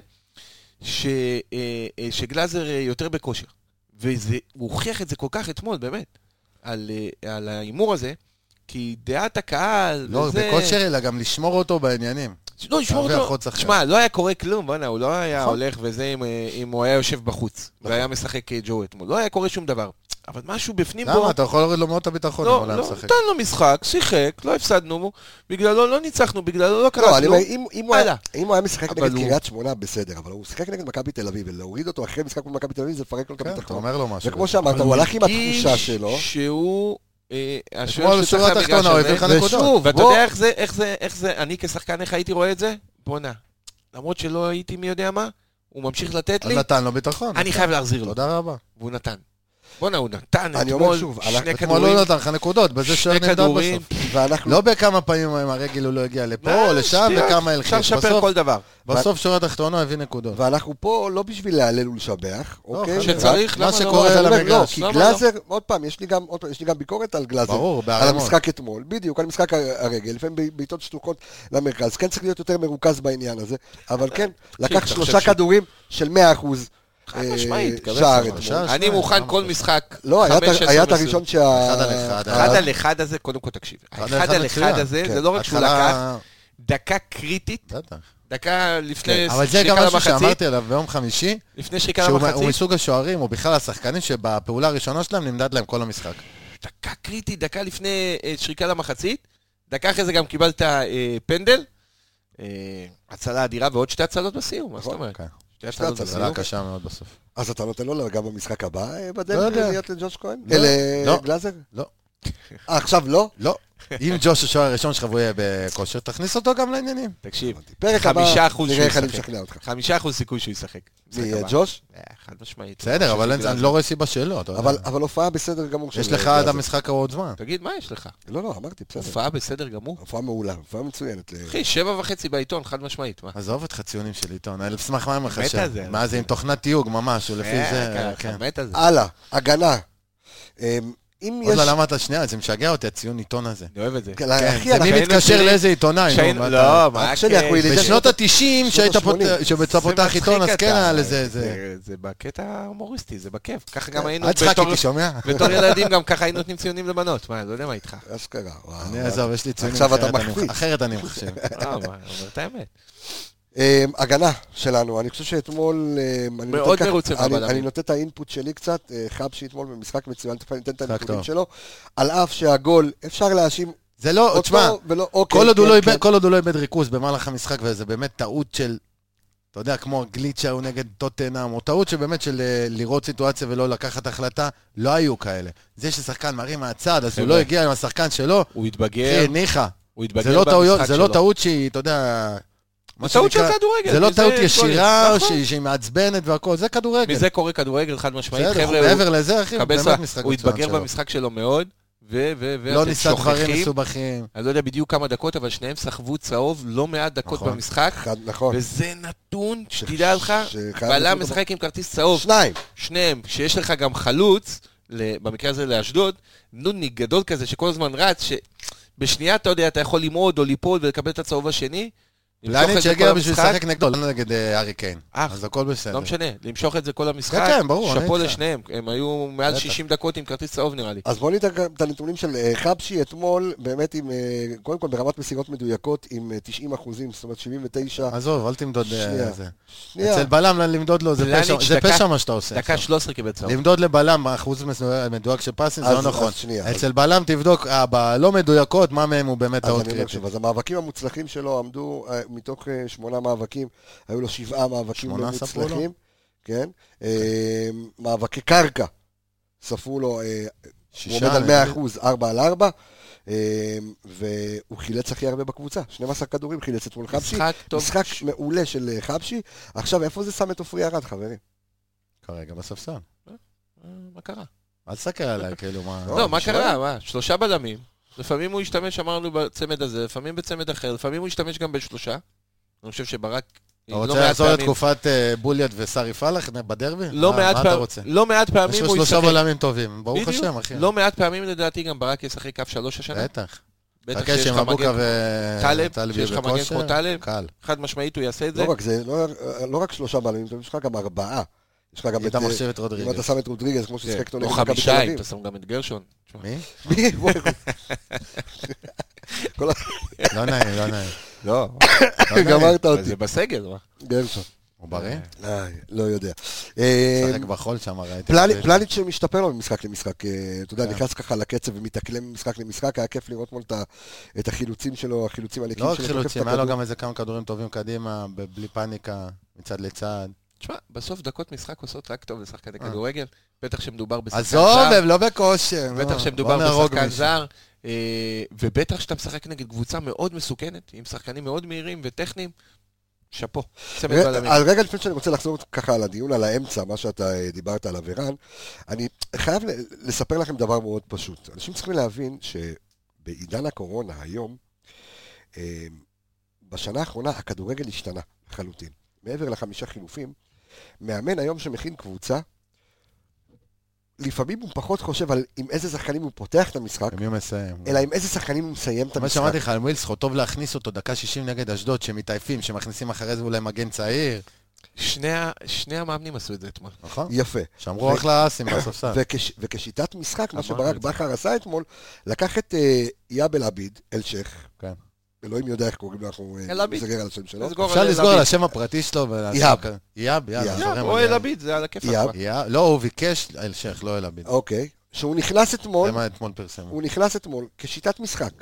[SPEAKER 4] ש, אה, אה, שגלאזר אה, יותר בכושר. והוא הוכיח את זה כל כך אתמול, באמת, על, אה, על האימור הזה, כי דעת הקהל,
[SPEAKER 2] לא,
[SPEAKER 4] וזה...
[SPEAKER 2] בכושר, אלא גם לשמור אותו בעניינים.
[SPEAKER 4] לא, לשמור
[SPEAKER 2] הרבה
[SPEAKER 4] אותו.
[SPEAKER 2] החוץ אחר.
[SPEAKER 4] תשמע, לא היה קורה כלום, בוא'נה, הוא לא היה
[SPEAKER 2] נכון.
[SPEAKER 4] הולך וזה אם, אם הוא היה יושב בחוץ, והיה משחק ג'ו אתמול. לא היה קורה שום דבר. אבל משהו בפנים בו...
[SPEAKER 2] למה? אתה יכול להוריד לו מאוד את הביטחון אם הוא
[SPEAKER 4] לא,
[SPEAKER 2] לא
[SPEAKER 4] לא,
[SPEAKER 2] משחק.
[SPEAKER 4] נתן לו משחק, שיחק, לא הפסדנו, בגללו לא ניצחנו, בגללו לא
[SPEAKER 1] לא,
[SPEAKER 4] קרה
[SPEAKER 1] אני אומר,
[SPEAKER 4] כלום.
[SPEAKER 1] אם, אם, הוא היה,
[SPEAKER 4] הלאה.
[SPEAKER 1] אם הוא היה משחק
[SPEAKER 4] אבל
[SPEAKER 1] נגד
[SPEAKER 4] הוא-
[SPEAKER 1] קריית שמונה, בסדר, אבל הוא שיחק נגד מכבי תל אביב, ולהוריד אותו אחרי משחק מול מכבי תל אביב, זה לפרק לו את
[SPEAKER 2] כן, אתה
[SPEAKER 1] הביטחון.
[SPEAKER 2] אומר לו משהו.
[SPEAKER 1] וכמו שאמרת, הוא הלך עם התחושה שלו.
[SPEAKER 4] הרגיש שהוא... אה,
[SPEAKER 2] כמו
[SPEAKER 4] השוער שצריך
[SPEAKER 2] בשורה
[SPEAKER 4] למגרש
[SPEAKER 2] התחתונה, הוא
[SPEAKER 4] הזה.
[SPEAKER 2] הביא לך נקודות.
[SPEAKER 1] ושוב,
[SPEAKER 4] ואתה
[SPEAKER 1] בוא-
[SPEAKER 4] יודע איך זה, איך זה, איך זה, אני כשחקן איך הייתי רואה את זה? בוא'נה, למרות שלא הייתי מי יודע מה, הוא ממשיך לתת
[SPEAKER 2] אז
[SPEAKER 4] לי,
[SPEAKER 2] נתן לו ביטחון.
[SPEAKER 4] אני חייב להחזיר לו.
[SPEAKER 2] תודה רבה.
[SPEAKER 4] והוא נתן. בוא'נה, הוא נתן
[SPEAKER 1] אני אומר
[SPEAKER 4] אתמול
[SPEAKER 1] שוב,
[SPEAKER 4] שני
[SPEAKER 1] אנחנו-
[SPEAKER 2] אתמול
[SPEAKER 4] כדורים.
[SPEAKER 2] לא נתן לך נקודות, בזה
[SPEAKER 4] שני
[SPEAKER 2] שוער נמדד
[SPEAKER 4] כדורים.
[SPEAKER 2] בסוף.
[SPEAKER 1] ואנחנו...
[SPEAKER 2] לא בכמה פעמים עם הרגל הוא לא הגיע לפה
[SPEAKER 4] מה,
[SPEAKER 2] או לשם,
[SPEAKER 4] שטויות.
[SPEAKER 2] וכמה
[SPEAKER 4] אפשר
[SPEAKER 2] הלחיץ.
[SPEAKER 4] לשפר
[SPEAKER 2] בסוף-
[SPEAKER 4] כל דבר.
[SPEAKER 2] בסוף שורה התחתונה הביא נקודות.
[SPEAKER 1] ואנחנו פה לא בשביל להלל ולשבח, אוקיי?
[SPEAKER 2] חלילה.
[SPEAKER 4] שצריך,
[SPEAKER 2] מה
[SPEAKER 4] למה לא?
[SPEAKER 2] שקורה
[SPEAKER 1] אז
[SPEAKER 2] על
[SPEAKER 1] אני אומר, לא,
[SPEAKER 2] המגרש.
[SPEAKER 1] כי
[SPEAKER 4] למה
[SPEAKER 1] גלאזר, עוד פעם, יש לי גם, עוד פעם, יש לי גם ביקורת על גלאזר.
[SPEAKER 2] ברור,
[SPEAKER 1] על
[SPEAKER 2] בערימות.
[SPEAKER 1] המשחק אתמול, בדיוק, על משחק הרגל, לפעמים בעיטות שטוקות למרכז, כן צריך להיות יותר מרוכז בעניין הזה, אבל כן, לקח
[SPEAKER 4] אתה
[SPEAKER 1] שלושה
[SPEAKER 4] חושב ש-
[SPEAKER 1] כדורים של מאה אחוז
[SPEAKER 4] חד משמעית, קבל
[SPEAKER 1] שער
[SPEAKER 4] סבבה.
[SPEAKER 1] אתמול.
[SPEAKER 2] שער.
[SPEAKER 4] אני
[SPEAKER 2] שניים,
[SPEAKER 4] מוכן
[SPEAKER 2] למה
[SPEAKER 4] כל
[SPEAKER 2] אתה-
[SPEAKER 4] משחק.
[SPEAKER 1] לא, היה את-
[SPEAKER 4] חמש, עשר,
[SPEAKER 1] היה את
[SPEAKER 4] עשרים.
[SPEAKER 1] הראשון שה...
[SPEAKER 2] אחד על אחד,
[SPEAKER 1] ה-
[SPEAKER 4] אחד על אחד הזה, קודם כל תקשיב.
[SPEAKER 2] אחד על
[SPEAKER 4] האחד
[SPEAKER 2] אחד
[SPEAKER 4] על אחד
[SPEAKER 2] מצוין.
[SPEAKER 4] הזה,
[SPEAKER 1] כן.
[SPEAKER 4] זה לא רק שהוא לקח,
[SPEAKER 2] התחלה-
[SPEAKER 4] דקה קריטית,
[SPEAKER 2] בטח.
[SPEAKER 4] דקה לפני
[SPEAKER 2] אבל זה גם
[SPEAKER 4] שריקה
[SPEAKER 2] משהו
[SPEAKER 4] למחצית,
[SPEAKER 2] שאמרתי עליו ביום חמישי,
[SPEAKER 4] לפני שריקה
[SPEAKER 2] שהוא הוא
[SPEAKER 4] למחצית,
[SPEAKER 2] מסוג השוערים, או בכלל השחקנים שבפעולה הראשונה שלהם נמדד להם כל המשחק.
[SPEAKER 4] דקה קריטית, דקה לפני אה, שריקה למחצית, דקה אחרי זה גם קיבלת אה, פנדל, אה, הצלה אדירה ועוד שתי הצלות בסיום, מה זאת אומרת?
[SPEAKER 2] כן.
[SPEAKER 4] שתי הצלות
[SPEAKER 1] הצלות.
[SPEAKER 2] הצלה
[SPEAKER 4] בסיום.
[SPEAKER 2] קשה מאוד בסוף.
[SPEAKER 1] אז אתה נותן לו גם במשחק הבא אה,
[SPEAKER 2] לא
[SPEAKER 1] בדרך
[SPEAKER 2] יודע.
[SPEAKER 1] להיות לג'וש כהן?
[SPEAKER 2] לא. לא.
[SPEAKER 1] לגלאזר?
[SPEAKER 2] לא.
[SPEAKER 1] אה, עכשיו לא?
[SPEAKER 2] לא. אם ג'וש השוער הראשון שלך והוא יהיה בכושר, תכניס אותו גם לעניינים.
[SPEAKER 4] תקשיב,
[SPEAKER 1] פרק הבא,
[SPEAKER 4] חמישה אחוז
[SPEAKER 1] נראה
[SPEAKER 4] שהוא
[SPEAKER 1] איך אני
[SPEAKER 4] ישחק.
[SPEAKER 1] משכנע אותך.
[SPEAKER 4] חמישה אחוז סיכוי שהוא ישחק. משחק
[SPEAKER 1] מי,
[SPEAKER 4] הבא.
[SPEAKER 1] ג'וש?
[SPEAKER 4] אה, חד משמעית.
[SPEAKER 2] בסדר, אבל
[SPEAKER 4] חושב
[SPEAKER 2] אני לא רואה סיבה שלא. אתה יודע.
[SPEAKER 1] אבל אבל הופעה בסדר גמור.
[SPEAKER 2] יש
[SPEAKER 1] של
[SPEAKER 2] לך
[SPEAKER 1] גלאזר.
[SPEAKER 2] עד המשחק עוד זמן.
[SPEAKER 4] תגיד, מה יש לך?
[SPEAKER 1] לא, לא, אמרתי, בסדר.
[SPEAKER 4] הופעה בסדר גמור?
[SPEAKER 1] הופעה מעולה, הופעה מצוינת.
[SPEAKER 4] אחי, שבע וחצי בעיתון, חד משמעית, מה?
[SPEAKER 2] עזוב אותך ציונים של עיתון, אני אשמח מה אני
[SPEAKER 4] מת
[SPEAKER 2] מחשב.
[SPEAKER 4] על זה,
[SPEAKER 2] מה זה עם תוכנת תיוג ממש, ולפי
[SPEAKER 4] אה,
[SPEAKER 2] זה,
[SPEAKER 4] ככה,
[SPEAKER 2] כן.
[SPEAKER 4] מת על זה.
[SPEAKER 1] הלאה, הגנה. אמ, אם
[SPEAKER 2] עוד
[SPEAKER 1] יש...
[SPEAKER 2] לא למדת שנייה, זה משגע אותי, הציון עיתון הזה.
[SPEAKER 4] אני אוהב את זה.
[SPEAKER 1] כן,
[SPEAKER 2] כן,
[SPEAKER 1] אחי,
[SPEAKER 2] זה
[SPEAKER 1] אנחנו-
[SPEAKER 2] מי מתקשר לאיזה עיתונאי.
[SPEAKER 4] שהיינו-
[SPEAKER 2] נו, מה
[SPEAKER 4] לא,
[SPEAKER 2] אתה-
[SPEAKER 4] מה
[SPEAKER 1] אח שלי, אנחנו ילידי
[SPEAKER 2] בשנות ה-תשעים,
[SPEAKER 1] שנות
[SPEAKER 2] שהיית
[SPEAKER 1] ה-שמונים.
[SPEAKER 2] פות- שבצע
[SPEAKER 4] זה
[SPEAKER 2] פותח עיתון, אז
[SPEAKER 4] מצחיק
[SPEAKER 2] כן
[SPEAKER 4] אתה.
[SPEAKER 2] היה לזה, זה...
[SPEAKER 4] זה- זה בקטע ההומוריסטי, זה בכיף. ככה גם היינו
[SPEAKER 2] אל תצחק
[SPEAKER 4] בתור-
[SPEAKER 2] איתי, שומע?
[SPEAKER 4] בתור ילדים, גם ככה היינו נותנים ציונים לבנות. מה, לא יודע מה איתך.
[SPEAKER 1] אשכרה, וואו.
[SPEAKER 2] אני עזוב, יש לי ציונים
[SPEAKER 1] עכשיו אתה
[SPEAKER 2] אחרת, אני-
[SPEAKER 1] מחפיץ.
[SPEAKER 2] אחרת אני מחשב.
[SPEAKER 4] אה, מה, אומר את האמת.
[SPEAKER 1] אה, הגנה שלנו, אני חושב שאתמול... אה, אני
[SPEAKER 4] מאוד
[SPEAKER 1] נותן ככה-
[SPEAKER 4] מרוצה
[SPEAKER 1] אני-
[SPEAKER 4] מהבלמים.
[SPEAKER 1] אני נותן את האינפוט שלי קצת, אה, חבשי אתמול במשחק מצוין, תכף אני אתן את
[SPEAKER 2] משחק
[SPEAKER 1] הנתונים
[SPEAKER 2] טוב.
[SPEAKER 1] שלו, על אף שהגול, אפשר להאשים
[SPEAKER 2] זה לא,
[SPEAKER 1] אותו
[SPEAKER 2] תשמע,
[SPEAKER 1] ולא... אוקיי,
[SPEAKER 2] כל עוד הוא
[SPEAKER 1] כן,
[SPEAKER 2] לא
[SPEAKER 1] כן.
[SPEAKER 2] איבד- כל עוד הוא לא איבד ריכוז במהלך המשחק, וזה באמת טעות של, אתה יודע, כמו הגליץ' שהיו נגד טוטנהאם, או טעות שבאמת של אה, לראות סיטואציה ולא לקחת החלטה, לא היו כאלה. זה ששחקן מרים מהצד, אז הוא
[SPEAKER 4] חבר'ה.
[SPEAKER 2] לא הגיע עם השחקן שלו,
[SPEAKER 4] הוא
[SPEAKER 2] אחי,
[SPEAKER 4] התבגר,
[SPEAKER 2] ניחא.
[SPEAKER 4] הוא
[SPEAKER 2] זה
[SPEAKER 4] התבגר
[SPEAKER 2] לא טעויות,
[SPEAKER 4] במשחק
[SPEAKER 2] זה לא
[SPEAKER 4] שלו.
[SPEAKER 2] טעות שהיא, אתה יודע... מה
[SPEAKER 4] זה טעות של
[SPEAKER 2] שנקרא-
[SPEAKER 4] כדורגל.
[SPEAKER 2] זה לא
[SPEAKER 4] מזה
[SPEAKER 2] טעות
[SPEAKER 4] גולים.
[SPEAKER 2] ישירה, או
[SPEAKER 4] נכון.
[SPEAKER 2] שהיא שהיא מעצבנת והכל, זה כדורגל.
[SPEAKER 4] מזה קורה כדורגל חד משמעית.
[SPEAKER 2] בסדר,
[SPEAKER 4] חבר'ה, הוא-
[SPEAKER 2] מעבר לזה, אחי,
[SPEAKER 4] קבל
[SPEAKER 2] באמת
[SPEAKER 4] סע,
[SPEAKER 2] משחק
[SPEAKER 4] הוא
[SPEAKER 2] מצוין
[SPEAKER 4] התבגר
[SPEAKER 2] שלו.
[SPEAKER 4] במשחק שלו מאוד, ו... ו... ו...
[SPEAKER 2] לא
[SPEAKER 4] אתם
[SPEAKER 2] ניסה דברים
[SPEAKER 4] שוכחים,
[SPEAKER 2] מסובכים.
[SPEAKER 4] אני לא יודע בדיוק כמה דקות, אבל שניהם סחבו צהוב לא מעט דקות
[SPEAKER 2] נכון.
[SPEAKER 4] במשחק,
[SPEAKER 1] אחד, נכון.
[SPEAKER 4] וזה נתון שתדע לך,
[SPEAKER 1] שחייב
[SPEAKER 4] בלם
[SPEAKER 1] לעשות
[SPEAKER 4] משחק עם כרטיס צהוב,
[SPEAKER 1] שניים.
[SPEAKER 4] שניהם, שיש לך גם חלוץ, ל- במקרה הזה לאשדוד, נודניק גדול כזה שכל הזמן רץ, שבשנייה אתה יודע, אתה יכול למעוד או ליפול ולקבל את הצהוב השני, למשוך
[SPEAKER 2] פלניץ'
[SPEAKER 4] את זה
[SPEAKER 2] שהגיע
[SPEAKER 4] כל
[SPEAKER 2] בשביל
[SPEAKER 4] המשחק,
[SPEAKER 2] לשחק נגדו, לא נגד אה, הארי קיין.
[SPEAKER 4] אח,
[SPEAKER 2] אז הכל בסדר.
[SPEAKER 4] לא משנה, למשוך את זה כל המשחק,
[SPEAKER 2] כן, כן, ברור, אני
[SPEAKER 4] שאפו
[SPEAKER 2] איתך.
[SPEAKER 4] לשניהם, הם היו מעל
[SPEAKER 2] בטח.
[SPEAKER 4] שישים דקות עם כרטיס צהוב נראה לי.
[SPEAKER 1] אז בואו ניתן את הנתונים של אה, חבשי אתמול, באמת עם, אה, קודם כל ברמת מסירות מדויקות עם אה, תשעים אחוזים, זאת אומרת שבעים ותשע.
[SPEAKER 2] עזוב, אל תמדוד אה,
[SPEAKER 1] שנייה.
[SPEAKER 2] זה.
[SPEAKER 1] שנייה.
[SPEAKER 2] אצל בלם למדוד לו, זה
[SPEAKER 4] פלניץ'
[SPEAKER 2] פשע- זה
[SPEAKER 4] דקה-
[SPEAKER 2] פשע מה שאתה עושה.
[SPEAKER 4] דקה
[SPEAKER 2] עכשיו.
[SPEAKER 4] שלוש עשרה קיבל צהוב.
[SPEAKER 2] למדוד לבלם אחוז מדויק של פסים, זה
[SPEAKER 1] אז-
[SPEAKER 2] לא נכון.
[SPEAKER 1] אז שנייה.
[SPEAKER 2] אצל בלם תבדוק, אה, בלא מדויקות, מה מהם הוא באמת
[SPEAKER 1] אז
[SPEAKER 2] טעות
[SPEAKER 1] אני אומר
[SPEAKER 2] קריטית.
[SPEAKER 1] שוב, אז המאבקים המוצלחים שלו עמדו, אה, מתוך אה, שמונה מאבקים, היו לו שבעה מאבקים לא
[SPEAKER 2] שמונה ספרו לו?
[SPEAKER 1] מוצלחים, כן? אה, מאבקי קרקע, ספרו לו, אה, הוא
[SPEAKER 2] שישה,
[SPEAKER 1] עומד על
[SPEAKER 2] אני
[SPEAKER 1] מאה
[SPEAKER 2] חושב.
[SPEAKER 1] אחוז, ארבע על ארבע, אה, והוא חילץ הכי הרבה בקבוצה, שנים עשר כדורים חילץ אתמול חבשי,
[SPEAKER 4] משחק טוב.
[SPEAKER 1] משחק מעולה של אה, חבשי, עכשיו איפה זה שם את עופרי ארד, חברים?
[SPEAKER 2] כרגע בספסל.
[SPEAKER 4] אה, מה קרה?
[SPEAKER 2] אל תסתכל עליי, כאילו, מה...
[SPEAKER 4] לא, מה
[SPEAKER 1] שואל.
[SPEAKER 4] קרה? מה? שלושה בלמים. לפעמים הוא ישתמש, אמרנו, בצמד הזה, לפעמים בצמד אחר, לפעמים הוא ישתמש גם בשלושה. אני חושב שברק...
[SPEAKER 2] אתה
[SPEAKER 4] לא
[SPEAKER 2] רוצה
[SPEAKER 4] מעט
[SPEAKER 2] לחזור
[SPEAKER 4] פעמים-
[SPEAKER 2] לתקופת אה, בוליאט וסארי פלח בדרבי?
[SPEAKER 4] לא
[SPEAKER 2] מה-
[SPEAKER 4] מעט
[SPEAKER 2] מה אתה
[SPEAKER 4] פעמים,
[SPEAKER 2] רוצה?
[SPEAKER 4] לא מעט
[SPEAKER 2] יש
[SPEAKER 4] פעמים
[SPEAKER 2] לו
[SPEAKER 4] הוא
[SPEAKER 2] שלושה
[SPEAKER 4] ישחק.
[SPEAKER 2] בלמים טובים, ברוך
[SPEAKER 4] בדיוק.
[SPEAKER 2] השם, אחי.
[SPEAKER 4] לא מעט פעמים לדעתי גם ברק ישחק קו שלוש השנה.
[SPEAKER 2] בטח.
[SPEAKER 4] בטח
[SPEAKER 2] חכה
[SPEAKER 4] שיש לך
[SPEAKER 2] שמבוקה
[SPEAKER 4] מגן,
[SPEAKER 2] וטלב
[SPEAKER 4] טלב, שיש לך מגן כמו טלב.
[SPEAKER 2] קל.
[SPEAKER 4] חד משמעית הוא יעשה את זה.
[SPEAKER 1] לא רק זה, לא- לא רק שלושה בלמים, יש לך גם ארבעה. יש לך גם את...
[SPEAKER 2] אתה
[SPEAKER 1] אה,
[SPEAKER 2] מחשיב את
[SPEAKER 1] אם
[SPEAKER 2] רודריגז.
[SPEAKER 1] אתה שם את רודריגז, כמו ששיחק אותו
[SPEAKER 4] או
[SPEAKER 1] נגד מכבי תל
[SPEAKER 4] חמישה, אם
[SPEAKER 1] אביב.
[SPEAKER 4] אתה שם גם את גרשון. תשמע.
[SPEAKER 2] מי?
[SPEAKER 1] מי? בואי, כל ה-
[SPEAKER 2] לא נעים, לא נעים.
[SPEAKER 4] לא,
[SPEAKER 1] גמרת
[SPEAKER 4] אבל
[SPEAKER 1] אותי.
[SPEAKER 4] זה בסגל. מה?
[SPEAKER 1] גרשון.
[SPEAKER 2] הוא בריא?
[SPEAKER 1] איי, לא יודע. אה,
[SPEAKER 2] שחק בחול שם, ראיתי.
[SPEAKER 1] פלני- פלניץ' שמשתפר לו ממשחק למשחק, אה, אתה יודע,
[SPEAKER 2] כן.
[SPEAKER 1] נכנס ככה לקצב ומתאקלם ממשחק למשחק, היה כיף לראות מול את ה- את החילוצים שלו, החילוצים הנקיים
[SPEAKER 2] לא רק
[SPEAKER 1] שלו.
[SPEAKER 2] חילוצים, היה לו גם איזה כמה כדורים טובים קדימה, ב- בלי פאניקה, מצד לצד.
[SPEAKER 4] תשמע, בסוף דקות משחק עושות רק טוב לשחקני
[SPEAKER 2] אה.
[SPEAKER 4] כדורגל. בטח שמדובר בשחקן
[SPEAKER 2] עזוב,
[SPEAKER 4] זר.
[SPEAKER 2] הם לא בכושר.
[SPEAKER 4] בטח
[SPEAKER 2] לא,
[SPEAKER 4] שמדובר
[SPEAKER 2] בוא נהרוג
[SPEAKER 4] בשחקן
[SPEAKER 2] מישהו.
[SPEAKER 4] זר. אה, ובטח שאתה משחק נגד קבוצה מאוד מסוכנת, עם שחקנים מאוד מהירים וטכניים. שאפו. צמד
[SPEAKER 1] ר-
[SPEAKER 4] בלמים.
[SPEAKER 1] על רגע לפני שאני רוצה לחזור ככה על הדיון על האמצע, מה שאתה אה, דיברת על אבירן, אני חייב ל- לספר לכם דבר מאוד פשוט. אנשים צריכים להבין שבעידן הקורונה היום, אה, בשנה האחרונה הכדורגל השתנה לחלוטין. מעבר לחמישה חילופים, מאמן היום שמכין קבוצה, לפעמים הוא פחות חושב על עם איזה שחקנים הוא פותח את המשחק,
[SPEAKER 2] ומי הוא מסיים?
[SPEAKER 1] אלא עם איזה שחקנים הוא מסיים את
[SPEAKER 2] מה
[SPEAKER 1] המשחק.
[SPEAKER 2] שאמרתי לך על ווילסחוט, טוב להכניס אותו דקה שישים נגד אשדוד, שמתעייפים, שמכניסים אחרי זה אולי מגן צעיר.
[SPEAKER 4] שני ה- שני המאמנים עשו את זה אתמול.
[SPEAKER 2] נכון?
[SPEAKER 1] יפה.
[SPEAKER 2] שאמרו
[SPEAKER 1] ו-
[SPEAKER 2] אחלה אסים בספסל.
[SPEAKER 1] וכש, וכשיטת משחק, מה
[SPEAKER 4] אמרנו
[SPEAKER 1] שברק
[SPEAKER 4] את זה.
[SPEAKER 1] בכר עשה אתמול, לקח את אה, יאב אל-עביד, אל-שייח,
[SPEAKER 2] כן.
[SPEAKER 1] אלוהים יודע איך קוראים לו, אנחנו אה,
[SPEAKER 4] אל-עביד.
[SPEAKER 1] נסגר על השם שלו.
[SPEAKER 4] לסגור
[SPEAKER 2] אפשר
[SPEAKER 4] על
[SPEAKER 2] לסגור על
[SPEAKER 4] לביד.
[SPEAKER 2] השם הפרטי שלו. ולעשות
[SPEAKER 1] יאב.
[SPEAKER 2] כזה. יאב, יאב.
[SPEAKER 1] יאב.
[SPEAKER 2] זורם
[SPEAKER 4] או
[SPEAKER 2] על יאב.
[SPEAKER 4] אלביד, זה על הכיף.
[SPEAKER 1] יאב.
[SPEAKER 2] יאב. לא, הוא ביקש אלשיך, לא אלביד.
[SPEAKER 1] אוקיי. שהוא נכנס אתמול,
[SPEAKER 2] זה מה אתמול פרסמו.
[SPEAKER 1] הוא נכנס אתמול כשיטת משחק,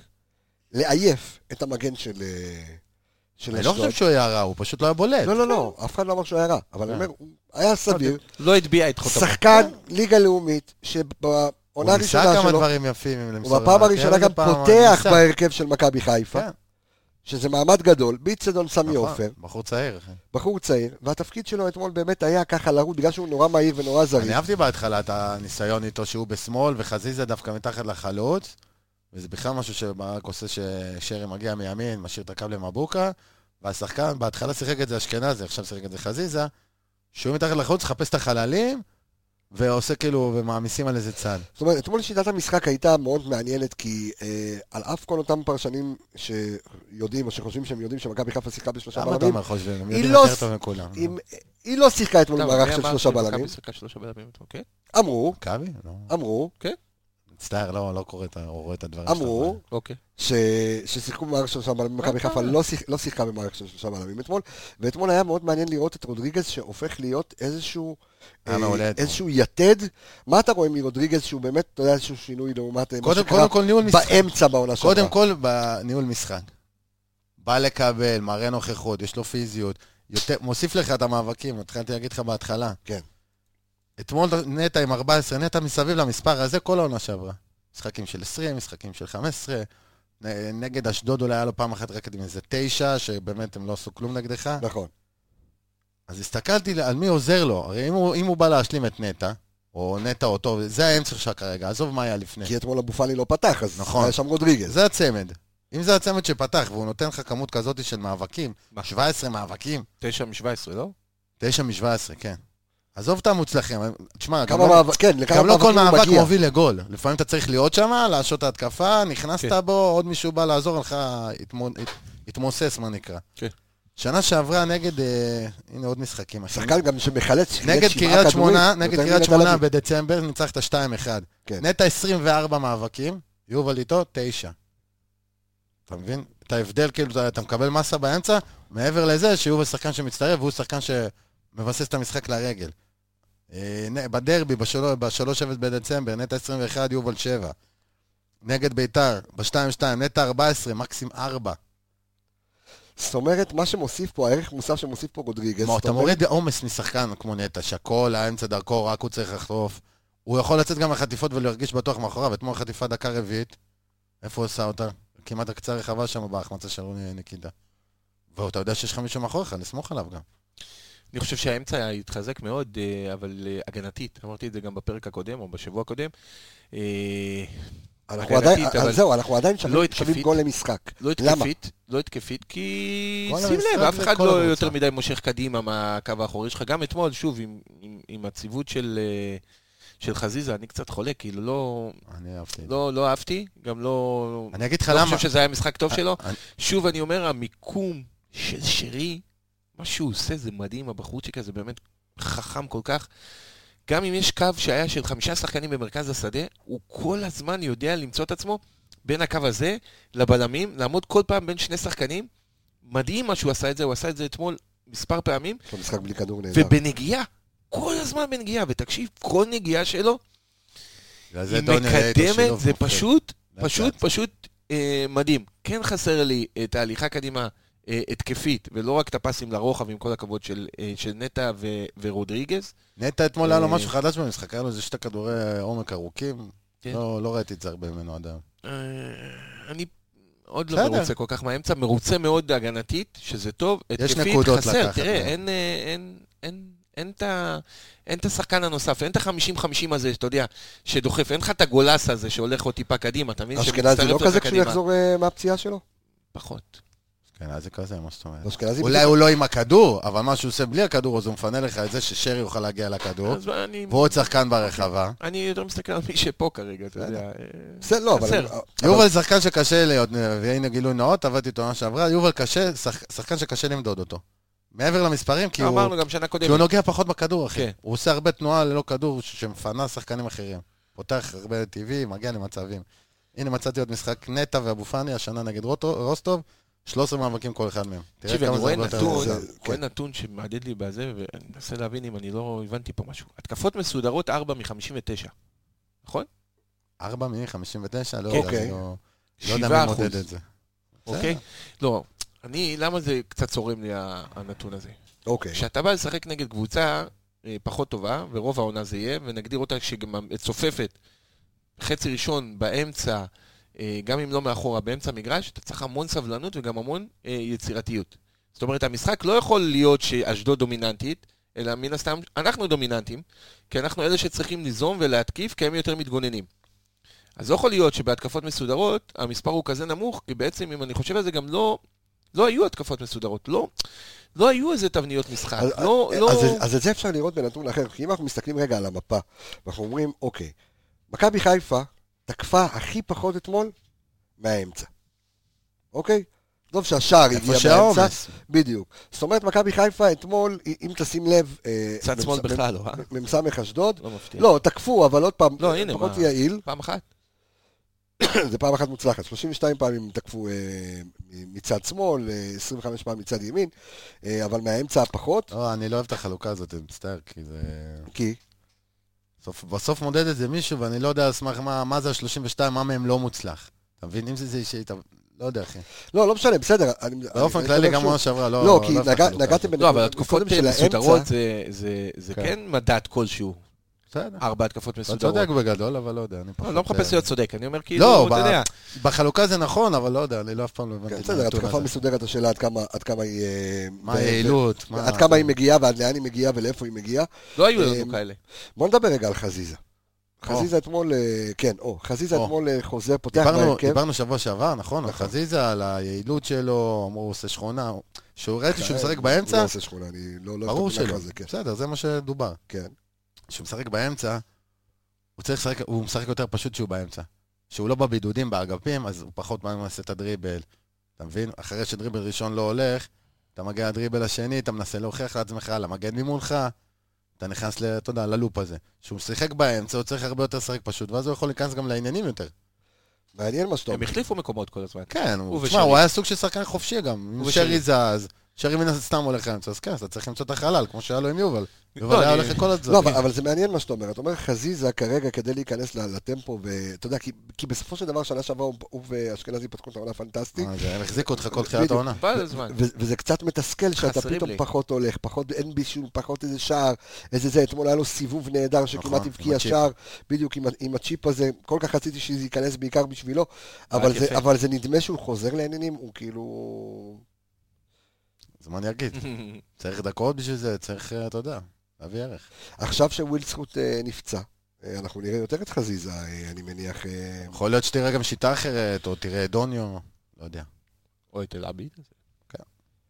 [SPEAKER 1] לעייף את המגן של אה, של
[SPEAKER 2] אני לא
[SPEAKER 1] אשדוד.
[SPEAKER 2] חושב שהוא היה רע, הוא פשוט לא היה בולט.
[SPEAKER 1] לא, לא, לא, אף אחד לא אמר שהוא היה רע, אבל אני אומר, הוא היה סביר,
[SPEAKER 4] לא הטביע את חותמו.
[SPEAKER 1] שחקן ליגה לאומית, שבעונה
[SPEAKER 2] הוא ניסה
[SPEAKER 1] הראשונה
[SPEAKER 2] כמה
[SPEAKER 1] שלו,
[SPEAKER 2] דברים יפים. אם למסור
[SPEAKER 1] ובפעם
[SPEAKER 2] את
[SPEAKER 1] הראשונה
[SPEAKER 2] ההרכב,
[SPEAKER 1] גם
[SPEAKER 2] איזה פעם,
[SPEAKER 1] פותח
[SPEAKER 2] ניסה.
[SPEAKER 1] בהרכב של מכבי חיפה,
[SPEAKER 2] כן.
[SPEAKER 1] שזה מעמד גדול, ביצדון סמי
[SPEAKER 2] נכון,
[SPEAKER 1] עופר,
[SPEAKER 2] בחור צעיר, אחי.
[SPEAKER 1] בחור צעיר, והתפקיד שלו אתמול באמת היה ככה לרוץ, בגלל שהוא נורא מהיר ונורא
[SPEAKER 2] אני
[SPEAKER 1] זריז.
[SPEAKER 2] אהבתי בהתחלה את הניסיון איתו שהוא בשמאל, וחזיזה דווקא מתחת לחלוץ, וזה בכלל משהו שברק עושה ששרי מגיע מימין, משאיר את הקו למבוקה, והשחקן בהתחלה שיחק את זה אשכנזי, עכשיו שיחק את זה חזיזה, שהוא מתחת לחלוץ, חפש את החללים, ועושה כאילו, ומעמיסים על איזה צד.
[SPEAKER 1] זאת אומרת, אתמול שיטת המשחק הייתה מאוד מעניינת, כי אה, על אף כל אותם פרשנים שיודעים, או שחושבים שהם יודעים שמכבי חיפה שיחקה בשלושה
[SPEAKER 2] למה אתה
[SPEAKER 1] בלמים,
[SPEAKER 2] אומר חושבים? הם
[SPEAKER 1] היא
[SPEAKER 2] יודעים
[SPEAKER 1] לא
[SPEAKER 2] יותר
[SPEAKER 1] ס-
[SPEAKER 2] טוב מכולם.
[SPEAKER 1] היא- היא לא שיחקה אתמול
[SPEAKER 4] טוב,
[SPEAKER 1] במערך
[SPEAKER 4] מי
[SPEAKER 1] של
[SPEAKER 4] אמר
[SPEAKER 1] שלושה
[SPEAKER 4] שמכבי
[SPEAKER 1] בלמים.
[SPEAKER 4] שיחקה שלושה בלמים, אוקיי?
[SPEAKER 1] אמרו,
[SPEAKER 2] מכבי? לא.
[SPEAKER 1] אמרו,
[SPEAKER 2] מצטער, לא לא קורא את ה- רואה את הדברים
[SPEAKER 1] אמרו,
[SPEAKER 4] אוקיי.
[SPEAKER 1] ש... ששיחקו במערכת של שלושה בלמים, מכבי חיפה לא, שיח... לא שיחקה במערכת של שלושה בלמים אתמול, ואתמול היה מאוד מעניין לראות את רודריגז שהופך להיות איזשהו,
[SPEAKER 2] היה מעולה אתמול.
[SPEAKER 1] איזשהו יתד. מה אתה רואה מרודריגז שהוא באמת, אתה יודע, איזשהו שינוי לעומת מה
[SPEAKER 2] קודם
[SPEAKER 1] שקרה
[SPEAKER 2] קודם כל ניהול משחק.
[SPEAKER 1] באמצע בעונה שעברה?
[SPEAKER 2] קודם כל בניהול משחק. בא לקבל, מראה נוכחות, יש לו פיזיות, יותר, מוסיף לך את המאבקים, התחלתי להגיד לך בהתחלה.
[SPEAKER 1] כן.
[SPEAKER 2] אתמול נטע עם ארבע עשרה, נטע מסביב למספר הזה כל העונה שעברה. משחקים של עשרים, משחקים של חמש עשרה, נגד אשדוד אולי היה לו פעם אחת רק עם איזה תשע, שבאמת הם לא עשו כלום נגדך.
[SPEAKER 1] נכון.
[SPEAKER 2] אז הסתכלתי על מי עוזר לו, הרי אם הוא, אם הוא בא להשלים את נטע, או נטע אותו, זה האמצע שלך כרגע, עזוב מה היה לפני.
[SPEAKER 1] כי אתמול אבו פאני לא פתח, אז
[SPEAKER 2] נכון.
[SPEAKER 1] היה שם רודריגז.
[SPEAKER 2] זה הצמד. אם זה הצמד שפתח, והוא נותן לך כמות כזאת של מאבקים,
[SPEAKER 4] מה?
[SPEAKER 2] שבע עשרה מאבקים,
[SPEAKER 4] תשע משבע עשרה, לא?
[SPEAKER 2] תשע משבע עשרה, כן. עזוב את המוצלחים, תשמע, גם
[SPEAKER 1] כמה
[SPEAKER 2] לא,
[SPEAKER 1] מאבק, כן, לכמה
[SPEAKER 2] גם לא כל
[SPEAKER 1] מאבקים הוא
[SPEAKER 2] מאבק
[SPEAKER 1] מגיע.
[SPEAKER 2] מוביל לגול. לפעמים אתה צריך להיות שם, לעשות את ההתקפה, נכנסת
[SPEAKER 4] כן.
[SPEAKER 2] בו, עוד מישהו בא לעזור לך, התמו- הת- התמוסס, מה נקרא.
[SPEAKER 4] כן.
[SPEAKER 2] שנה שעברה נגד, אה, הנה עוד משחקים.
[SPEAKER 1] שחקן גם שמחלץ חילץ
[SPEAKER 2] נגד
[SPEAKER 1] שבעה
[SPEAKER 2] קריית
[SPEAKER 1] כדורים,
[SPEAKER 2] שמונה,
[SPEAKER 1] יותר
[SPEAKER 2] נגד
[SPEAKER 1] מנטע
[SPEAKER 2] קריית שמונה
[SPEAKER 1] לביא.
[SPEAKER 2] בדצמבר, ניצחת שתיים אחד.
[SPEAKER 1] כן.
[SPEAKER 2] נטע עשרים וארבע מאבקים, יובל איתו תשע. אתה מבין? את ההבדל, כאילו, אתה, אתה מקבל מסה באמצע, מעבר לזה שיובל שחקן שמצטרף, והוא שחקן שמבסס את המשחק לרגל. אה, נ- בדרבי, בשלוש, בשלוש שבט בדצמבר, נטע עשרים ואחת, יובל שבע. נגד ביתר, ב-שתיים שתיים, נטע ארבע עשרה, מקסים ארבע.
[SPEAKER 1] זאת אומרת, מה שמוסיף פה, הערך מוסף שמוסיף פה רודריגז,
[SPEAKER 2] מה,
[SPEAKER 1] זאת
[SPEAKER 2] אתה
[SPEAKER 1] אומרת,
[SPEAKER 2] מוריד עומס משחקן כמו נטע, שהכל האמצע דרכו, רק הוא צריך לחטוף. הוא יכול לצאת גם לחטיפות ולהרגיש בטוח מאחוריו, אתמול חטיפה דקה רביעית. איפה הוא עושה אותה? כמעט הקצה רחבה שם בהחמצה של רוני ניקיטה. ואתה יודע שיש לך מישהו מאחוריך, נסמוך עליו גם.
[SPEAKER 4] אני חושב שהאמצע התחזק מאוד, אה, אבל אה, הגנתית. אמרתי את זה גם בפרק הקודם, או בשבוע הקודם. אה,
[SPEAKER 1] אנחנו עדיין,
[SPEAKER 4] הגנתית, אבל
[SPEAKER 1] זהו, אנחנו עדיין
[SPEAKER 4] לא
[SPEAKER 1] שווים
[SPEAKER 4] התקפית.
[SPEAKER 1] שווים גול למשחק.
[SPEAKER 4] לא
[SPEAKER 1] למה?
[SPEAKER 4] התקפית, לא התקפית, כי
[SPEAKER 2] כל
[SPEAKER 4] שים
[SPEAKER 2] המשחק
[SPEAKER 4] לב, אף
[SPEAKER 2] זה
[SPEAKER 4] אחד
[SPEAKER 2] כל
[SPEAKER 4] לא
[SPEAKER 2] הקבוצה.
[SPEAKER 4] יותר מדי מושך קדימה מהקו האחורי. יש לך גם אתמול, שוב, עם, עם, עם הציוות של, אה, של חזיזה, אני קצת חולה, כאילו לא,
[SPEAKER 2] אני אהבתי.
[SPEAKER 4] לא, לא אהבתי, גם לא...
[SPEAKER 2] אני אגיד לך
[SPEAKER 4] לא
[SPEAKER 2] למה.
[SPEAKER 4] חושב שזה היה משחק טוב שלו.
[SPEAKER 2] אני-
[SPEAKER 4] שוב, אני אומר, המיקום של שרי, מה שהוא עושה זה מדהים, הבחורצ'יק הזה באמת חכם כל כך. גם אם יש קו שהיה של חמישה שחקנים במרכז השדה, הוא כל הזמן יודע למצוא את עצמו בין הקו הזה לבלמים, לעמוד כל פעם בין שני שחקנים. מדהים מה שהוא עשה את זה, הוא עשה את זה אתמול מספר פעמים,
[SPEAKER 1] יש לו משחק בלי כדור נהדר.
[SPEAKER 4] ובנגיעה, כל הזמן בנגיעה, ותקשיב, כל נגיעה שלו,
[SPEAKER 2] בגלל זה
[SPEAKER 4] היא
[SPEAKER 2] דוני היה איתו
[SPEAKER 4] מקדמת,
[SPEAKER 2] שילוב
[SPEAKER 4] זה
[SPEAKER 2] מופת.
[SPEAKER 4] פשוט,
[SPEAKER 2] לאט
[SPEAKER 4] פשוט,
[SPEAKER 2] לאט.
[SPEAKER 4] פשוט אה, מדהים. כן חסר לי את ההליכה קדימה אה, התקפית, ולא רק את הפסים לרוחב, עם כל הכבוד של, אה, של נטע ו- ורודריגז.
[SPEAKER 2] נטע אתמול היה לו
[SPEAKER 4] אה,
[SPEAKER 2] משהו חדש במשחק, היה לו איזה שתי כדורי עומק ארוכים.
[SPEAKER 4] כן.
[SPEAKER 2] לא לא ראיתי את זה הרבה ממנו עד היום.
[SPEAKER 4] אה, אני עוד לא
[SPEAKER 2] בסדר.
[SPEAKER 4] מרוצה כל כך מהאמצע, מרוצה מאוד הגנתית, שזה טוב,
[SPEAKER 2] יש
[SPEAKER 4] התקפית
[SPEAKER 2] נקודות
[SPEAKER 4] חסר,
[SPEAKER 2] לקחת,
[SPEAKER 4] תראה,
[SPEAKER 2] כן.
[SPEAKER 4] אין, אה, אין, אין, אין את ה- אין את השחקן הנוסף, אין את ה-חמישים חמישים הזה, אתה יודע, שדוחף, אין לך את הגולס הזה שהולך עוד טיפה קדימה, אתה מבין?
[SPEAKER 1] אשכנזי לא
[SPEAKER 4] שמצטרף לך
[SPEAKER 1] כזה כשהוא
[SPEAKER 4] קדימה.
[SPEAKER 1] יחזור אה, מהפציעה שלו?
[SPEAKER 4] פחות.
[SPEAKER 2] כן, אז זה כזה, מה זאת אומרת.
[SPEAKER 1] אשכנזי
[SPEAKER 2] אולי הוא לא עם הכדור, אבל מה שהוא עושה בלי הכדור, אז הוא מפנה לך את זה ששרי יוכל להגיע לכדור,
[SPEAKER 4] אז אני,
[SPEAKER 2] ועוד שחקן ברחבה.
[SPEAKER 4] אני יותר מסתכל על מי שפה כרגע, אתה יודע. אה,
[SPEAKER 1] בסדר, לא, אבל...
[SPEAKER 4] חסר.
[SPEAKER 1] אבל-
[SPEAKER 2] יובל שחקן שקשה להיות, והנה גילוי נאות, עבדתי איתו מה שעברה, יובל קשה, שח- שחקן שקשה למדוד אותו. מעבר למספרים, כי הוא
[SPEAKER 4] אמרנו גם שנה
[SPEAKER 2] כי הוא
[SPEAKER 4] קודמת.
[SPEAKER 2] נוגע פחות בכדור, אחי.
[SPEAKER 4] כן.
[SPEAKER 2] הוא עושה הרבה תנועה ללא כדור, ש- שמפנה שחקנים אחרים. פותח הרבה טבעי, מגיע למצבים. הנה מצאתי עוד משחק נטע ואבו פאני, השנה נגד רוטו- רוסטוב, שלושה עשרה מאבקים כל אחד מהם. תראה
[SPEAKER 4] תקשיב,
[SPEAKER 2] כמה
[SPEAKER 4] אני
[SPEAKER 2] זה
[SPEAKER 4] רואה
[SPEAKER 2] הרבה יותר
[SPEAKER 4] נתון,
[SPEAKER 2] מאוזן.
[SPEAKER 1] זה-
[SPEAKER 4] רואה
[SPEAKER 1] כן.
[SPEAKER 4] נתון שמעדד לי בזה, ואני מנסה להבין אם אני לא הבנתי פה משהו. התקפות מסודרות ארבע מחמישים ותשע, נכון?
[SPEAKER 2] ארבע מ-חמישים ותשע, לא
[SPEAKER 1] כן.
[SPEAKER 2] יודע,
[SPEAKER 1] אוקיי.
[SPEAKER 2] אני לא לא יודע
[SPEAKER 4] שבעה
[SPEAKER 2] מי
[SPEAKER 4] אחוז.
[SPEAKER 2] מודד את זה.
[SPEAKER 4] אוקיי? לא, אני, למה זה קצת צורם לי ה- הנתון הזה?
[SPEAKER 1] אוקיי.
[SPEAKER 4] כשאתה בא לשחק נגד קבוצה אה, פחות טובה, ורוב העונה זה יהיה, ונגדיר אותה שגם צופפת חצי ראשון באמצע, אה, גם אם לא מאחורה, באמצע מגרש, אתה צריך המון סבלנות וגם המון אה, יצירתיות. זאת אומרת, המשחק לא יכול להיות שאשדוד דומיננטית, אלא מן הסתם, אנחנו דומיננטים, כי אנחנו אלה שצריכים ליזום ולהתקיף, כי הם יותר מתגוננים. אז לא יכול להיות שבהתקפות מסודרות, המספר הוא כזה נמוך, כי בעצם, אם אני חושב על זה, גם לא, לא היו התקפות מסודרות, לא, לא היו איזה תבניות משחק.
[SPEAKER 1] אז,
[SPEAKER 4] לא,
[SPEAKER 1] אז,
[SPEAKER 4] לא...
[SPEAKER 1] אז, אז את זה אפשר לראות בנתון אחר, כי אם אנחנו מסתכלים רגע על המפה, ואנחנו אומרים, אוקיי, מכבי חיפה תקפה הכי פחות אתמול מהאמצע. אוקיי? טוב שהשער הגיע מהאמצע. בדיוק. זאת אומרת, מכבי חיפה אתמול, אם תשים לב...
[SPEAKER 4] צד שמאל בכלל, לא, אה?
[SPEAKER 1] ממסמך אשדוד.
[SPEAKER 4] לא מפתיע.
[SPEAKER 1] לא, תקפו, אבל עוד פעם,
[SPEAKER 4] לא, הנה,
[SPEAKER 1] פחות
[SPEAKER 4] מה?
[SPEAKER 1] יעיל.
[SPEAKER 4] פעם אחת.
[SPEAKER 1] זה פעם אחת מוצלחת. שלושים ושתיים פעמים תקפו אה, מצד שמאל, אה, עשרים וחמש פעם מצד ימין, אה, אבל מהאמצע הפחות.
[SPEAKER 2] לא, אני לא אוהב את החלוקה הזאת, אני מצטער, כי זה...
[SPEAKER 1] כי?
[SPEAKER 2] בסוף, בסוף מודד את זה מישהו, ואני לא יודע על סמך מה, מה זה ה-שלושים ושתיים, מה מהם לא מוצלח. אתה מבין? אם זה זה אישי, אתה... לא יודע, אחי.
[SPEAKER 1] לא, לא משנה, בסדר.
[SPEAKER 2] באופן כללי גם מה שעברה, לא...
[SPEAKER 1] לא, כי נגעתם
[SPEAKER 4] לא, אבל התקופות מסודרות זה כן מדד כלשהו.
[SPEAKER 2] בסדר.
[SPEAKER 4] ארבע התקפות מסודרות.
[SPEAKER 2] אתה צודק בגדול, אבל לא יודע.
[SPEAKER 4] לא, לא מחפש להיות צודק, אני אומר כאילו,
[SPEAKER 2] לא,
[SPEAKER 4] אתה יודע.
[SPEAKER 2] בחלוקה זה נכון, אבל לא יודע, אני לא אף פעם לא הבנתי.
[SPEAKER 1] בסדר, התקפה מסודרת השאלה עד כמה היא...
[SPEAKER 2] מה היעילות?
[SPEAKER 1] עד כמה היא מגיעה ועד לאן היא מגיעה ולאיפה היא מגיעה.
[SPEAKER 4] לא היו לנו כאלה.
[SPEAKER 1] בוא נדבר רגע על חזיזה. חזיזה אתמול, כן, או, חזיזה אתמול חוזר, פותח בהרכב.
[SPEAKER 2] דיברנו שבוע שעבר, נכון? על חזיזה, על היעילות שלו, אמרו, הוא עושה שכונה. שהוא ראיתי שהוא משחק באמצע.
[SPEAKER 1] הוא לא עושה שכונה, אני לא...
[SPEAKER 2] ברור שלא. בסדר, זה מה שדובר.
[SPEAKER 1] כן.
[SPEAKER 2] כשהוא משחק באמצע, הוא צריך לשחק, הוא משחק יותר פשוט שהוא באמצע. שהוא לא בבידודים, באגפים, אז הוא פחות מה מנסה את הדריבל. אתה מבין? אחרי שדריבל ראשון לא הולך, אתה מגיע לדריבל השני, אתה מנסה להוכיח לעצמך, למגן ממולך, אתה נכנס, אתה יודע, ללופ הזה. שהוא משחק באמצע, הוא צריך הרבה יותר לשחק פשוט, ואז הוא יכול להיכנס גם לעניינים יותר.
[SPEAKER 1] מעניין מה שאתה אומר.
[SPEAKER 4] הם החליפו מקומות כל הזמן.
[SPEAKER 2] כן, הוא, תשמע, הוא היה סוג של שחקן חופשי גם. שרי זז, שרי מן הסתם הולך לאמצע, אז כן, אתה צריך למצוא את החלל, כמו שהיה לו עם יובל. יובל היה הולך לכל הצד.
[SPEAKER 1] לא, אבל זה מעניין מה שאתה אומר. אתה אומר, חזיזה כרגע כדי להיכנס לטמפו, ואתה יודע, כי בסופו של דבר שנה שעברה הוא ואשכנזי פתחו את העונה פנטסטית.
[SPEAKER 2] הם החזיקו אותך כל תחילת העונה.
[SPEAKER 1] וזה קצת מתסכל שאתה פתאום פחות הולך, פחות אין בישול, פחות איזה שער, איזה זה. אתמול היה לו סיבוב נהדר שכמעט הבקיע שער, בדיוק עם הצ'יפ הזה. כל כך רציתי שזה ייכנס בעיקר בשבילו, אבל זה נדמה שהוא חוזר לעניינים, הוא כאילו...
[SPEAKER 2] אז מה אני אגיד? צריך דקות בשביל זה, צריך, אתה יודע, להביא ערך.
[SPEAKER 1] עכשיו שווילדסקוט נפצע, אנחנו נראה יותר את חזיזה, אני מניח...
[SPEAKER 2] יכול להיות שתראה גם שיטה אחרת, או תראה דוניו, לא יודע.
[SPEAKER 4] או את אלעבי.
[SPEAKER 2] כן.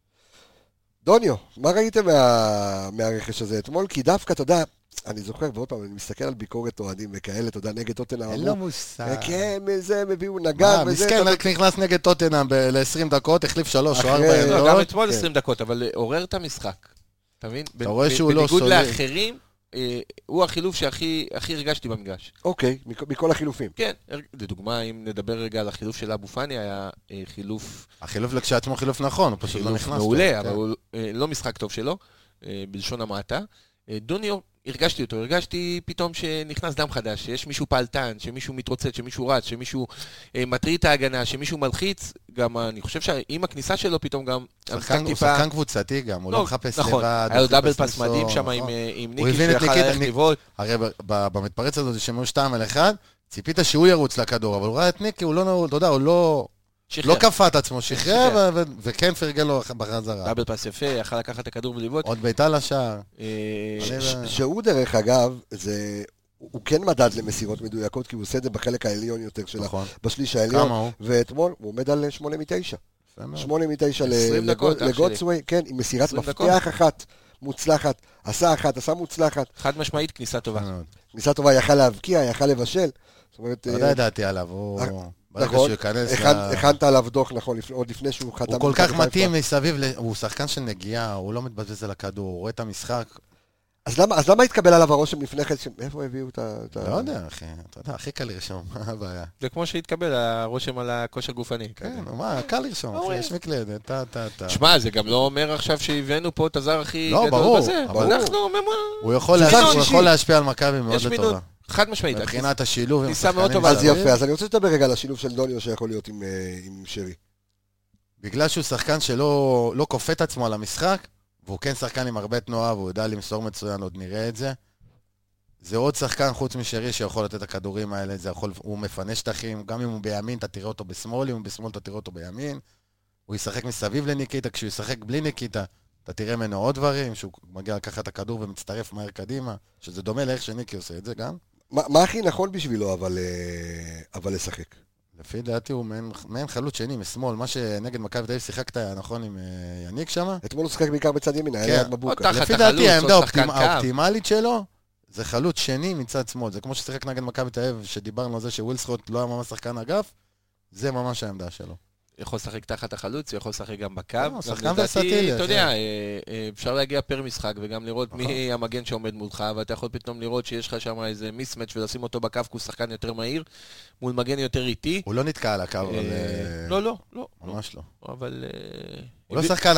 [SPEAKER 1] דוניו, מה ראיתם מהרכש הזה אתמול? כי דווקא, אתה יודע, אני זוכר, ועוד פעם, אני מסתכל על ביקורת אוהדים וכאלה, אתה יודע, נגד טוטנהאם.
[SPEAKER 2] אין לו מושג.
[SPEAKER 1] כן, זה מביאו נגן וזה.
[SPEAKER 2] מסכן, רק נכנס נגד טוטנהאם ל-עשרים דקות, החליף שלוש או ארבע עמדות.
[SPEAKER 4] גם אתמול עשרים דקות, אבל עורר את המשחק. אתה מבין?
[SPEAKER 2] אתה רואה שהוא לא סולל.
[SPEAKER 4] בניגוד לאחרים, הוא החילוף שהכי הרגשתי במגרש.
[SPEAKER 1] אוקיי, מכל החילופים.
[SPEAKER 4] כן, לדוגמה, אם נדבר רגע על החילוף של אבו פאני, היה חילוף...
[SPEAKER 2] החילוף לכשעצמו חילוף נכון, הוא פשוט לא נכנס.
[SPEAKER 4] מעולה, אבל הוא לא משחק טוב שלו, בלשון המעטה. דוניו, הרגשתי אותו, הרגשתי פתאום שנכנס דם חדש, שיש מישהו פעלתן, שמישהו מתרוצץ, שמישהו רץ, שמישהו אה, מטריד את ההגנה, שמישהו מלחיץ, גם אני חושב שעם הכניסה שלו פתאום גם...
[SPEAKER 2] שחקן, הוא שחקן קבוצתי גם, הוא לא, לא מחפש
[SPEAKER 4] נכון,
[SPEAKER 2] לבד.
[SPEAKER 4] היה לו דאבל פס מדהים שם נכון. עם, עם ניקי שיכל ללכת לבעוט.
[SPEAKER 2] הרי במתפרץ הזאת שהם היו שתיים על אחד, ציפית שהוא ירוץ לכדור, אבל הוא ראה את ניקי, הוא לא, אתה יודע, הוא לא... לא קפה את עצמו, שחרר, וכן פרגל לו בחזרה.
[SPEAKER 4] דאבל פס יפה, יכל לקחת את הכדור ולבעוט.
[SPEAKER 2] עוד ביתה לשער.
[SPEAKER 1] שהוא דרך אגב, הוא כן מדד למסירות מדויקות, כי הוא עושה את זה בחלק העליון יותר שלה, בשליש העליון, ואתמול הוא עומד על שמונה מתשע. שמונה מתשע לגודסווי, כן, עם מסירת מפתח אחת מוצלחת, עשה אחת, עשה מוצלחת.
[SPEAKER 4] חד משמעית, כניסה טובה.
[SPEAKER 1] כניסה טובה, יכל להבקיע, יכל לבשל.
[SPEAKER 2] לא ידעתי עליו, הוא...
[SPEAKER 1] נכון, הכנת עליו דוח, נכון, עוד לפני שהוא חתם.
[SPEAKER 2] הוא כל כך מתאים מסביב, הוא שחקן של נגיעה, הוא לא מתבזבז על הכדור, הוא רואה את המשחק.
[SPEAKER 1] אז למה התקבל עליו הרושם לפני כן, איפה הביאו את ה...
[SPEAKER 2] לא יודע, אחי, אתה יודע, הכי קל לרשום, מה הבעיה?
[SPEAKER 4] זה כמו שהתקבל הרושם על הכושר גופני.
[SPEAKER 2] כן, מה, קל לרשום, אחי, יש מקלדת, טה, טה, טה.
[SPEAKER 4] שמע, זה גם לא אומר עכשיו שהבאנו פה את הזר הכי
[SPEAKER 2] גדול
[SPEAKER 4] בזה. לא, ברור.
[SPEAKER 2] הוא יכול להשפיע על מכבי מאוד לטובה.
[SPEAKER 4] חד משמעית.
[SPEAKER 2] מבחינת השילוב עם
[SPEAKER 4] השחקנים.
[SPEAKER 1] אז יפה, אז אני רוצה לדבר רגע על השילוב של דוניו שיכול להיות עם שרי.
[SPEAKER 2] בגלל שהוא שחקן שלא כופה את עצמו על המשחק, והוא כן שחקן עם הרבה תנועה, והוא יודע למסור מצוין, עוד נראה את זה. זה עוד שחקן חוץ משרי שיכול לתת את הכדורים האלה, זה יכול, הוא מפנה שטחים, גם אם הוא בימין, אתה תראה אותו בשמאל, אם הוא בשמאל, אתה תראה אותו בימין. הוא ישחק מסביב לניקיטה, כשהוא ישחק בלי ניקיטה, אתה תראה ממנו עוד דברים, שהוא מגיע לקחת את הכדור ומצטרף מהר קדימה, שזה דומה לאיך שניקי עושה את זה גם.
[SPEAKER 1] מה, מה הכי נכון בשבילו, אבל, אבל לשחק?
[SPEAKER 2] לפי דעתי הוא מעין, מעין חלוץ שני משמאל, מה שנגד מכבי תל אביב שיחקת נכון עם יניק שמה.
[SPEAKER 1] אתמול הוא שיחק בעיקר בצד ימין, היה ליד מבוקה.
[SPEAKER 2] לפי דעתי העמדה האופטימלית שלו, זה חלוץ שני מצד שמאל. זה כמו ששיחק נגד מכבי תל אביב, שדיברנו על זה שווילסקוט לא היה ממש שחקן אגף, זה ממש העמדה שלו.
[SPEAKER 4] יכול לשחק תחת החלוץ, יכול לשחק גם בקו.
[SPEAKER 2] שחקן ורסטילי.
[SPEAKER 4] אתה יודע, אפשר להגיע פר משחק וגם לראות מי המגן שעומד מולך, ואתה יכול פתאום לראות שיש לך שם איזה מיסמץ' ולשים אותו בקו, כי הוא שחקן יותר מהיר, מול מגן יותר איטי.
[SPEAKER 2] הוא לא נתקע על הקו, אבל...
[SPEAKER 4] לא, לא, לא.
[SPEAKER 2] ממש לא.
[SPEAKER 4] אבל...
[SPEAKER 2] הוא לא שחקן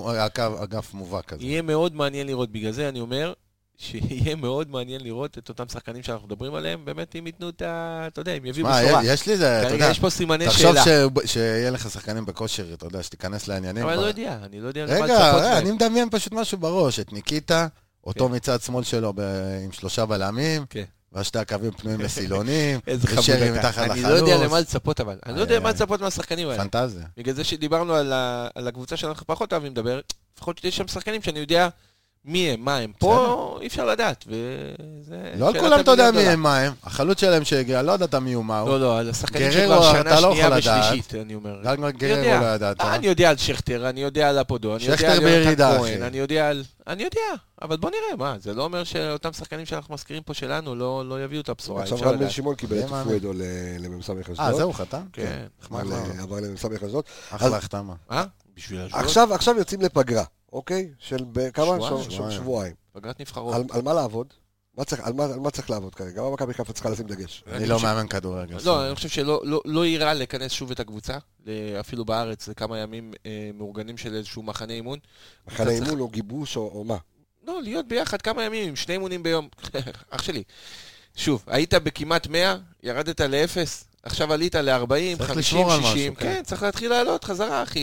[SPEAKER 2] אגף מובהק כזה.
[SPEAKER 4] יהיה מאוד מעניין לראות, בגלל זה אני אומר, שיהיה מאוד מעניין לראות את אותם שחקנים שאנחנו מדברים עליהם, באמת אם ייתנו את ה... אתה יודע, אם יביאו בשורה.
[SPEAKER 2] יש לי זה, אתה יודע.
[SPEAKER 4] יש פה סימני שאלה.
[SPEAKER 2] תחשוב שיהיה לך שחקנים בכושר, אתה יודע, שתיכנס לעניינים.
[SPEAKER 4] אבל אני לא יודע, אני לא יודע.
[SPEAKER 2] רגע, אני מדמיין פשוט משהו בראש, את ניקיטה, אותו מצד שמאל שלו עם שלושה בלמים, והשתי הקווים פנויים לסילונים, ושרי מתחת לחלוץ.
[SPEAKER 4] אני לא יודע למה לצפות, אבל. אני לא יודע למה לצפות מהשחקנים האלה.
[SPEAKER 2] פנטזיה.
[SPEAKER 4] בגלל זה שדיברנו על הקבוצה שאנחנו פחות אוהבים לדבר, לפחות שיש שם שחקנים שאני יודע מי הם, מה הם. פה אי אפשר לדעת, וזה...
[SPEAKER 2] לא על כולם אתה יודע מי הם, מה הם. החלוץ שלהם שהגיע, לא יודעת מי הוא מה הוא.
[SPEAKER 4] לא, לא, על השחקנים שכבר שנה שנייה ושלישית, אני אומר.
[SPEAKER 2] גם גררו לא ידעת.
[SPEAKER 4] אני יודע על שכטר, אני יודע על אפודו, אני יודע על יונתן כהן, אני יודע על... אני יודע, אבל בוא נראה, מה, זה לא אומר שאותם שחקנים שאנחנו מזכירים פה שלנו לא יביאו את הבשורה.
[SPEAKER 1] עכשיו רן בן שמעון קיבל את פואדו לממסע מחשדות.
[SPEAKER 2] אה, זהו, חתם?
[SPEAKER 1] כן. עבר לממסע מחשדות.
[SPEAKER 2] אחלה החתמה.
[SPEAKER 4] אה? בשביל השבועות?
[SPEAKER 1] עכשיו יוצאים לפגרה. אוקיי? של כמה? שבועיים.
[SPEAKER 4] פגרת נבחרות.
[SPEAKER 1] על מה לעבוד? על מה צריך לעבוד כרגע? מה מכבי חיפה צריכה לשים דגש?
[SPEAKER 2] אני לא מאמן כדורגל.
[SPEAKER 4] לא, אני חושב שלא ייראה לכנס שוב את הקבוצה, אפילו בארץ, לכמה ימים מאורגנים של איזשהו מחנה אימון.
[SPEAKER 1] מחנה אימון או גיבוש או מה?
[SPEAKER 4] לא, להיות ביחד כמה ימים, עם שני אימונים ביום. אח שלי. שוב, היית בכמעט מאה, ירדת ל-אפס, עכשיו עלית ל-ארבעים, חמישים, שישים. כן, צריך להתחיל לעלות חזרה, אחי.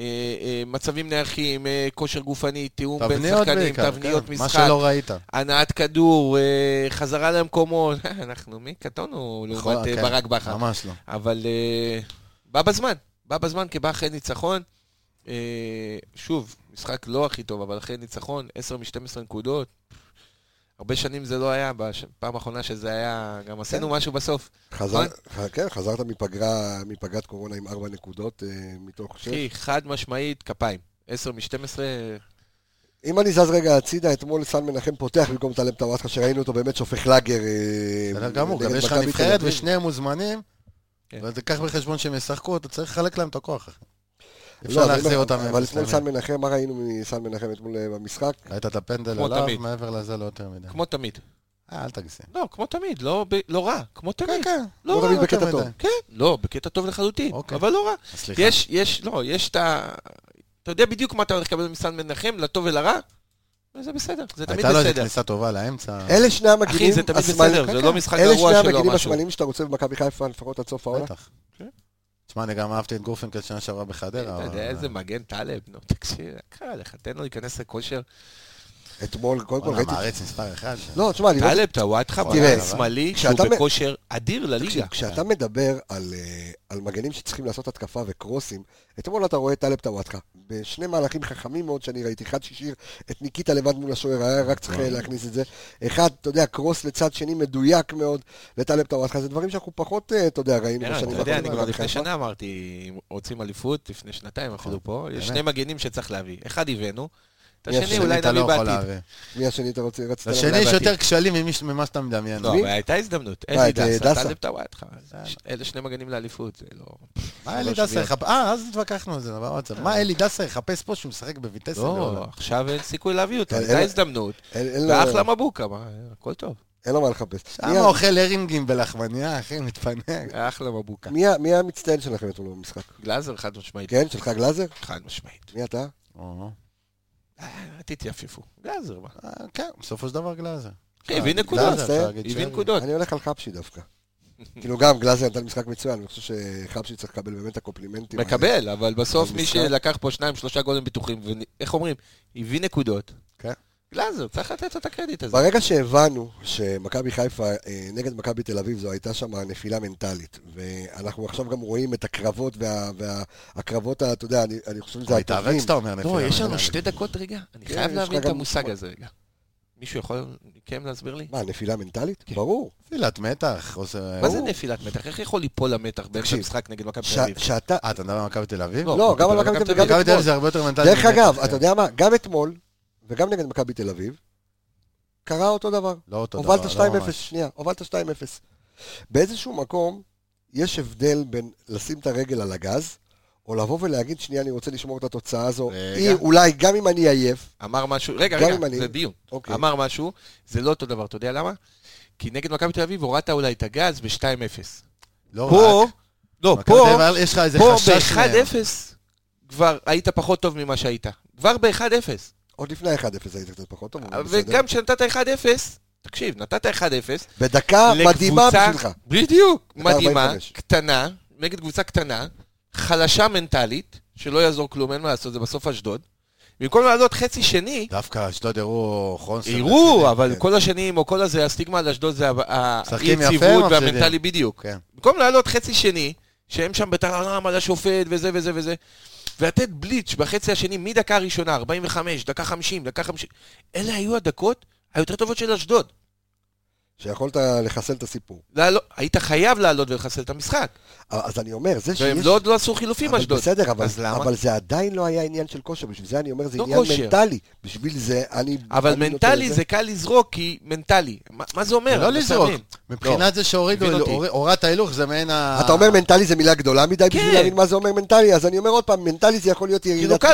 [SPEAKER 4] מצבים נערכים, כושר גופני, תיאום בין שחקנים, תבניות משחק,
[SPEAKER 2] מה שלא ראית.
[SPEAKER 4] הנעת כדור, חזרה למקומות. אנחנו מי קטונו לעומת ברק בכר.
[SPEAKER 2] ממש לא.
[SPEAKER 4] אבל בא בזמן, בא בזמן כי בא אחרי ניצחון. שוב, משחק לא הכי טוב, אבל אחרי ניצחון, עשר משתים עשרה נקודות. הרבה שנים זה לא היה, בפעם האחרונה שזה היה, גם עשינו משהו בסוף.
[SPEAKER 1] כן, חזרת מפגרת קורונה עם ארבע נקודות מתוך שש.
[SPEAKER 4] אחי, חד משמעית, כפיים. עשר משתים עשרה...
[SPEAKER 1] אם אני זז רגע הצידה, אתמול סן מנחם פותח במקום טלב טוואטחה, שראינו אותו באמת שופך לאגר.
[SPEAKER 2] בסדר גמור, גם יש לך נבחרת ושניהם מוזמנים, ותיקח בחשבון שהם ישחקו, אתה צריך לחלק להם את הכוח, אחי. אפשר להחזיר אותם.
[SPEAKER 1] אבל אתמול סן מנחם, מה ראינו מסן מנחם אתמול במשחק?
[SPEAKER 2] ראית את הפנדל עליו, מעבר לזה לא יותר מדי.
[SPEAKER 4] כמו תמיד.
[SPEAKER 2] אה, אל תגזים.
[SPEAKER 4] לא, כמו תמיד, לא רע, כמו תמיד.
[SPEAKER 1] כן, כן. כמו תמיד בקטע טוב.
[SPEAKER 4] כן, לא, בקטע טוב לחלוטין, אבל לא רע. יש, יש, לא, יש את ה... אתה יודע בדיוק מה אתה הולך לקבל מסן מנחם, לטוב ולרע, וזה בסדר, זה תמיד בסדר.
[SPEAKER 2] הייתה לו איזו כניסה טובה לאמצע.
[SPEAKER 1] אלה שני המגינים...
[SPEAKER 4] אחי, זה תמיד בסדר, זה לא משחק גרוע שלו משהו.
[SPEAKER 1] אלה שני המגינים השמאליים שאתה רוצה במכבי חיפה, לפחות עד סוף העונה.
[SPEAKER 2] בטח. תשמע, אני גם אהבתי את גורפינקל שנה שעברה בחדרה.
[SPEAKER 4] אתה יודע איזה מגן טלב, נו, תקשיב, קרה לך, תן לו להיכנס לכושר.
[SPEAKER 1] אתמול, קודם כל ראיתי...
[SPEAKER 2] מערץ מספר אחד.
[SPEAKER 1] לא, תשמע,
[SPEAKER 4] טלב, טוואטחה, מגן שמאלי, שהוא בכושר אדיר לליגה.
[SPEAKER 1] כשאתה מדבר על מגנים שצריכים לעשות התקפה וקרוסים, אתמול אתה רואה טלב טוואטחה, בשני מהלכים חכמים מאוד שאני ראיתי, אחד ששיר את ניקיטה לבד מול השוער, היה רק צריך להכניס את זה, אחד, אתה יודע, קרוס לצד שני מדויק מאוד לטלב טוואטחה, זה דברים שאנחנו פחות, אתה יודע, ראינו בשנים.
[SPEAKER 4] אתה יודע, אני כבר לפני שנה אמרתי, רוצים אליפות, לפני שנתיים אפילו פה, יש שני מגנים שצריך להביא, אחד הבאנו, את השני אולי נביא בעתיד.
[SPEAKER 1] מי השני אתה רוצה?
[SPEAKER 2] השני יש יותר כשלים ממה שאתה מדמיין.
[SPEAKER 4] לא, הייתה הזדמנות. אלי דסה, טלב טוואטחה. אלה שני מגנים לאליפות, זה לא...
[SPEAKER 2] מה אלי דסה יחפש? אה, אז התווכחנו על זה. מה אלי דסה יחפש פה שהוא משחק בביטס?
[SPEAKER 4] לא, עכשיו אין סיכוי להביא אותו. הייתה הזדמנות. ואחלה מבוקה, הכל טוב.
[SPEAKER 1] אין לו מה לחפש.
[SPEAKER 2] שם אוכל הרינגים בלחמניה, אחי, מתפנק.
[SPEAKER 4] אחלה מבוקה.
[SPEAKER 1] מי המצטיין שלכם אתמול במשחק?
[SPEAKER 4] גלאזר, חד משמעית.
[SPEAKER 1] כן, שלך גלאזר?
[SPEAKER 4] חד משמעית.
[SPEAKER 1] מי אתה?
[SPEAKER 4] תתייפפו. גלאזר, מה?
[SPEAKER 2] כן, בסופו של דבר גלאזר.
[SPEAKER 4] הביא נקודות. הביא נקודות.
[SPEAKER 1] אני הולך על חפשי דווקא. כאילו גם גלאזר נתן משחק מצוין, אני חושב שחפשי צריך לקבל באמת את הקופלימנטים.
[SPEAKER 4] מקבל, אבל בסוף מי שלקח פה שניים, שלושה גולים בטוחים, ואיך אומרים, הביא נקודות.
[SPEAKER 2] כן.
[SPEAKER 4] גלאזר, צריך לתת את הקרדיט הזה.
[SPEAKER 1] ברגע שהבנו שמכבי חיפה נגד מכבי תל אביב, זו הייתה שם נפילה מנטלית, ואנחנו עכשיו גם רואים את הקרבות, והקרבות, אתה יודע, אני חושב שזה
[SPEAKER 2] הטובים.
[SPEAKER 4] לא, יש לנו שתי דקות רגע, אני חייב להבין את המושג הזה רגע. מישהו יכול מכם להסביר לי?
[SPEAKER 1] מה, נפילה מנטלית? ברור.
[SPEAKER 2] נפילת מתח.
[SPEAKER 4] מה זה נפילת מתח? איך יכול ליפול למתח באמצע המשחק נגד מכבי תל אביב?
[SPEAKER 1] שאתה...
[SPEAKER 2] אה, אתה מדבר על מכבי תל אביב?
[SPEAKER 1] לא, גם על מכבי תל אביב.
[SPEAKER 2] מכבי תל אביב זה הרבה יותר מנטלי.
[SPEAKER 1] דרך אגב, אתה יודע מה? גם אתמול, וגם נגד מכבי תל אביב, קרה אותו דבר.
[SPEAKER 2] לא אותו דבר.
[SPEAKER 1] הובלת שתיים אפס, שנייה, הובלת שתיים אפס. באיזשהו מקום, יש הבדל בין לשים את הרגל על הגז, או לבוא ולהגיד, שנייה, אני רוצה לשמור את התוצאה הזו, אולי גם אם אני עייף.
[SPEAKER 4] אמר משהו, רגע, רגע, זה דיון. אמר משהו, זה לא אותו דבר, אתה יודע למה? כי נגד מכבי תל אביב הורדת אולי את הגז ב-שתיים אפס.
[SPEAKER 2] לא
[SPEAKER 4] פה,
[SPEAKER 2] רק.
[SPEAKER 4] לא, פה,
[SPEAKER 2] יש לך איזה
[SPEAKER 4] פה
[SPEAKER 2] חשש
[SPEAKER 4] ב-אחד אפס כבר היית פחות טוב ממה שהיית. כבר ב-אחד אפס.
[SPEAKER 1] עוד לפני אחד אפס היית קצת פחות טוב.
[SPEAKER 4] וגם כשנתת אחד אפס, תקשיב, נתת אחד אפס.
[SPEAKER 1] בדקה מדהימה בשבילך.
[SPEAKER 4] בדיוק, מדהימה, קטנה, נגד קבוצה קטנה, חלשה מנטלית, שלא יעזור כלום, אין מה לעשות, זה בסוף אשדוד. במקום לעלות חצי שני...
[SPEAKER 2] דווקא אשדוד הראו חונסר.
[SPEAKER 4] הראו, אבל כל השנים, או כל הזה, הסטיגמה על אשדוד זה היציבות והמנטלי בדיוק. במקום לעלות חצי שני, שהם שם בתרעם על השופט וזה וזה וזה, ולתת בליץ' בחצי השני מדקה הראשונה, ארבעים וחמש, דקה חמישים, דקה חמישים, אלה היו הדקות היותר טובות של אשדוד.
[SPEAKER 1] שיכולת לחסל את הסיפור.
[SPEAKER 4] היית חייב לעלות ולחסל את המשחק.
[SPEAKER 1] אז אני אומר, זה שיש...
[SPEAKER 4] והם לא עוד לא עשו חילופים אשדוד.
[SPEAKER 1] בסדר, אבל זה עדיין לא היה עניין של כושר, בשביל זה אני אומר, זה עניין מנטלי. בשביל זה אני...
[SPEAKER 4] אבל מנטלי זה קל לזרוק, כי מנטלי. מה זה אומר?
[SPEAKER 2] לא לזרוק. מבחינת זה שהורידו, הורדת ההילוך, זה מעין ה...
[SPEAKER 1] אתה אומר מנטלי זה מילה גדולה מדי בשביל להבין מה זה אומר מנטלי, אז אני אומר עוד פעם, מנטלי זה יכול להיות ירידת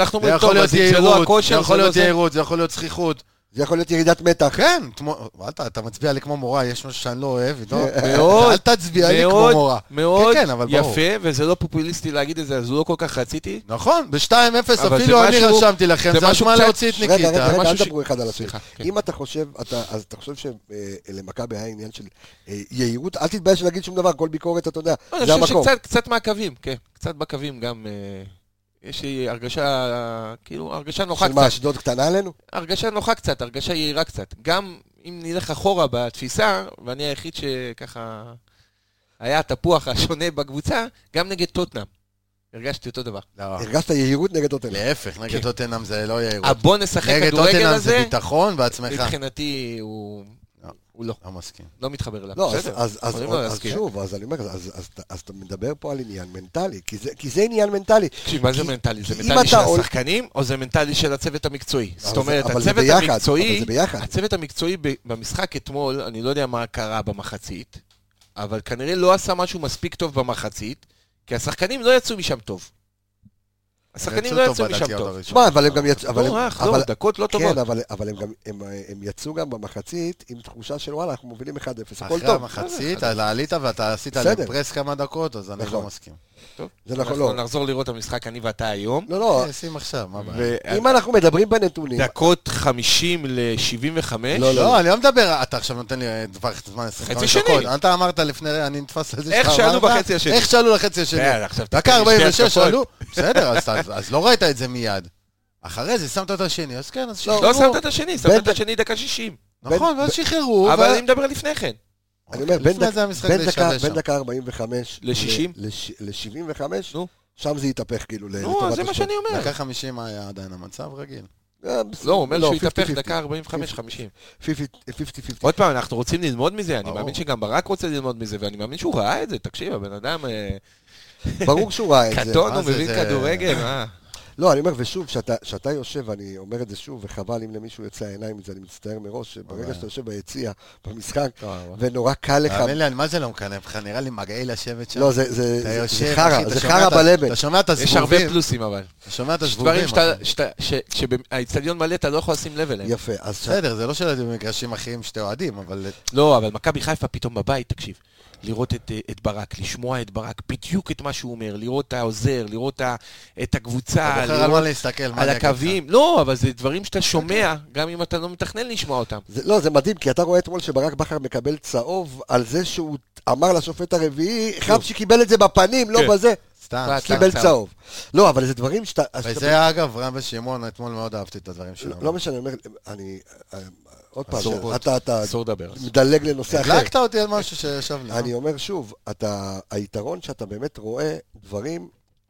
[SPEAKER 1] מתח. זה יכול להיות ירידת מתח.
[SPEAKER 2] כן, אתה מצביע לי כמו מורה, יש משהו שאני לא אוהב, אל תצביע לי כמו מורה.
[SPEAKER 4] מאוד יפה, וזה לא פופוליסטי להגיד את זה, אז לא כל כך רציתי.
[SPEAKER 2] נכון, ב-שתיים אפס אפילו אני רשמתי לכם, זה משמע להוציא את ניקיטה.
[SPEAKER 1] רגע, רגע, אל תדברו אחד על השני. אם אתה חושב, אז אתה חושב שלמכבי היה עניין של יהירות, אל תתבייש להגיד שום דבר, כל ביקורת, אתה יודע, זה המקום.
[SPEAKER 4] אני חושב שקצת מהקווים, כן, קצת בקווים גם... יש לי הרגשה, כאילו, הרגשה נוחה קצת.
[SPEAKER 1] של מה, אשדוד קטנה עלינו?
[SPEAKER 4] הרגשה נוחה קצת, הרגשה יעירה קצת. גם אם נלך אחורה בתפיסה, ואני היחיד שככה היה התפוח השונה בקבוצה, גם נגד טוטנאם. הרגשתי אותו דבר.
[SPEAKER 1] הרגשת יהירות נגד טוטנאם.
[SPEAKER 2] להפך, נגד טוטנאם זה לא יהירות.
[SPEAKER 4] הבוא נשחק כדורגל הזה.
[SPEAKER 2] נגד טוטנאם זה ביטחון בעצמך.
[SPEAKER 4] מבחינתי הוא... הוא לא.
[SPEAKER 2] לא מסכים.
[SPEAKER 4] לא מתחבר אליו.
[SPEAKER 1] לא, אז שוב, אז אני אומר, אז אתה מדבר פה על עניין מנטלי, כי זה עניין מנטלי.
[SPEAKER 4] תקשיב, מה זה מנטלי? זה מנטלי של השחקנים, או זה מנטלי של הצוות המקצועי? זאת אומרת, הצוות המקצועי, הצוות המקצועי במשחק אתמול, אני לא יודע מה קרה במחצית, אבל כנראה לא עשה משהו מספיק טוב במחצית, כי השחקנים לא יצאו משם טוב. השחקנים לא יצאו משם טוב.
[SPEAKER 1] תשמע, אבל הם גם יצאו...
[SPEAKER 4] לא, לא, דקות לא טובות.
[SPEAKER 1] כן, אבל הם יצאו גם במחצית עם תחושה של וואלה, אנחנו מובילים אחד אפס, הכל טוב.
[SPEAKER 2] אחרי המחצית, עלית ואתה עשית לפרס כמה דקות, אז אני לא מסכים.
[SPEAKER 4] טוב, אנחנו נחזור לראות את המשחק אני ואתה היום.
[SPEAKER 1] לא, לא.
[SPEAKER 2] שים עכשיו, מה הבעיה?
[SPEAKER 1] אם אנחנו מדברים בנתונים...
[SPEAKER 4] דקות חמישים ל-שבעים וחמש.
[SPEAKER 2] לא, לא, אני לא מדבר, אתה עכשיו נותן לי דבר זמן עשרים וחמש דקות. אתה אמרת לפני, אני נתפס לזה
[SPEAKER 4] איך שאלו בחצי השני.
[SPEAKER 2] איך שאלו לחצי השני. דקה ארבעים ושש שאלו. בסדר, אז לא ראית את זה מיד. אחרי זה שמת את השני, אז כן, אז שחררו.
[SPEAKER 4] לא שמת את השני, שמת את השני דקה שישים.
[SPEAKER 2] נכון, ואז שחררו.
[SPEAKER 4] אבל אני מדבר לפני כן.
[SPEAKER 1] אני אומר, בין דקה ארבעים וחמש
[SPEAKER 4] ל-שישים?
[SPEAKER 1] ל-שבעים וחמש, שם זה יתהפך כאילו.
[SPEAKER 4] נו, זה מה שאני אומר.
[SPEAKER 2] דקה חמישים היה עדיין המצב רגיל.
[SPEAKER 4] לא, הוא אומר שהוא יתהפך דקה ארבעים וחמש חמישים.
[SPEAKER 1] חמישים חמישים.
[SPEAKER 4] עוד פעם, אנחנו רוצים ללמוד מזה, אני מאמין שגם ברק רוצה ללמוד מזה, ואני מאמין שהוא ראה את זה, תקשיב, הבן אדם...
[SPEAKER 1] ברור שהוא ראה את זה.
[SPEAKER 4] קטון, הוא מבין כדורגל, מה?
[SPEAKER 1] לא, אני אומר, ושוב, שאתה יושב, אני אומר את זה שוב, וחבל אם למישהו יוצא העיניים את זה, אני מצטער מראש, שברגע שאתה יושב ביציע, במשחק, ונורא קל לך...
[SPEAKER 2] תאמין לי, מה זה לא מקנא בך? נראה לי מגעי לשבת שם.
[SPEAKER 1] לא, זה חרה, זה חרה בלבן.
[SPEAKER 2] אתה שומע את הזבובים.
[SPEAKER 4] יש הרבה פלוסים, אבל.
[SPEAKER 2] אתה שומע את הזבובים.
[SPEAKER 4] דברים שהאצטדיון מלא, אתה לא יכול לשים לב אליהם.
[SPEAKER 1] יפה, אז...
[SPEAKER 2] בסדר, זה לא של מגרשים אחרים שאתה אוהדים, אבל...
[SPEAKER 4] לא, אבל מכבי חיפה פתאום בבית, תקשיב. לראות את, את ברק, לשמוע את ברק, בדיוק את מה שהוא אומר, לראות את העוזר, לראות את הקבוצה,
[SPEAKER 2] אתה בוחר על מה להסתכל, מה
[SPEAKER 4] על הקווים. לא, אבל זה דברים שאתה שומע, גם אם אתה לא מתכנן לשמוע אותם.
[SPEAKER 1] זה, לא, זה מדהים, כי אתה רואה אתמול שברק בכר מקבל צהוב על זה שהוא אמר לשופט הרביעי, חב שקיבל את זה בפנים, לא בזה.
[SPEAKER 2] סתם,
[SPEAKER 1] קיבל צהוב. לא, אבל זה דברים שאתה...
[SPEAKER 2] וזה אגב, רם ושמעון, אתמול מאוד אהבתי את הדברים שלנו.
[SPEAKER 1] לא משנה, אני... עוד פעם, אתה
[SPEAKER 4] מדלג
[SPEAKER 1] מדלג לנושא אחר.
[SPEAKER 2] הדלקת אותי על משהו שישב לי.
[SPEAKER 1] אני אומר שוב, היתרון שאתה באמת רואה דברים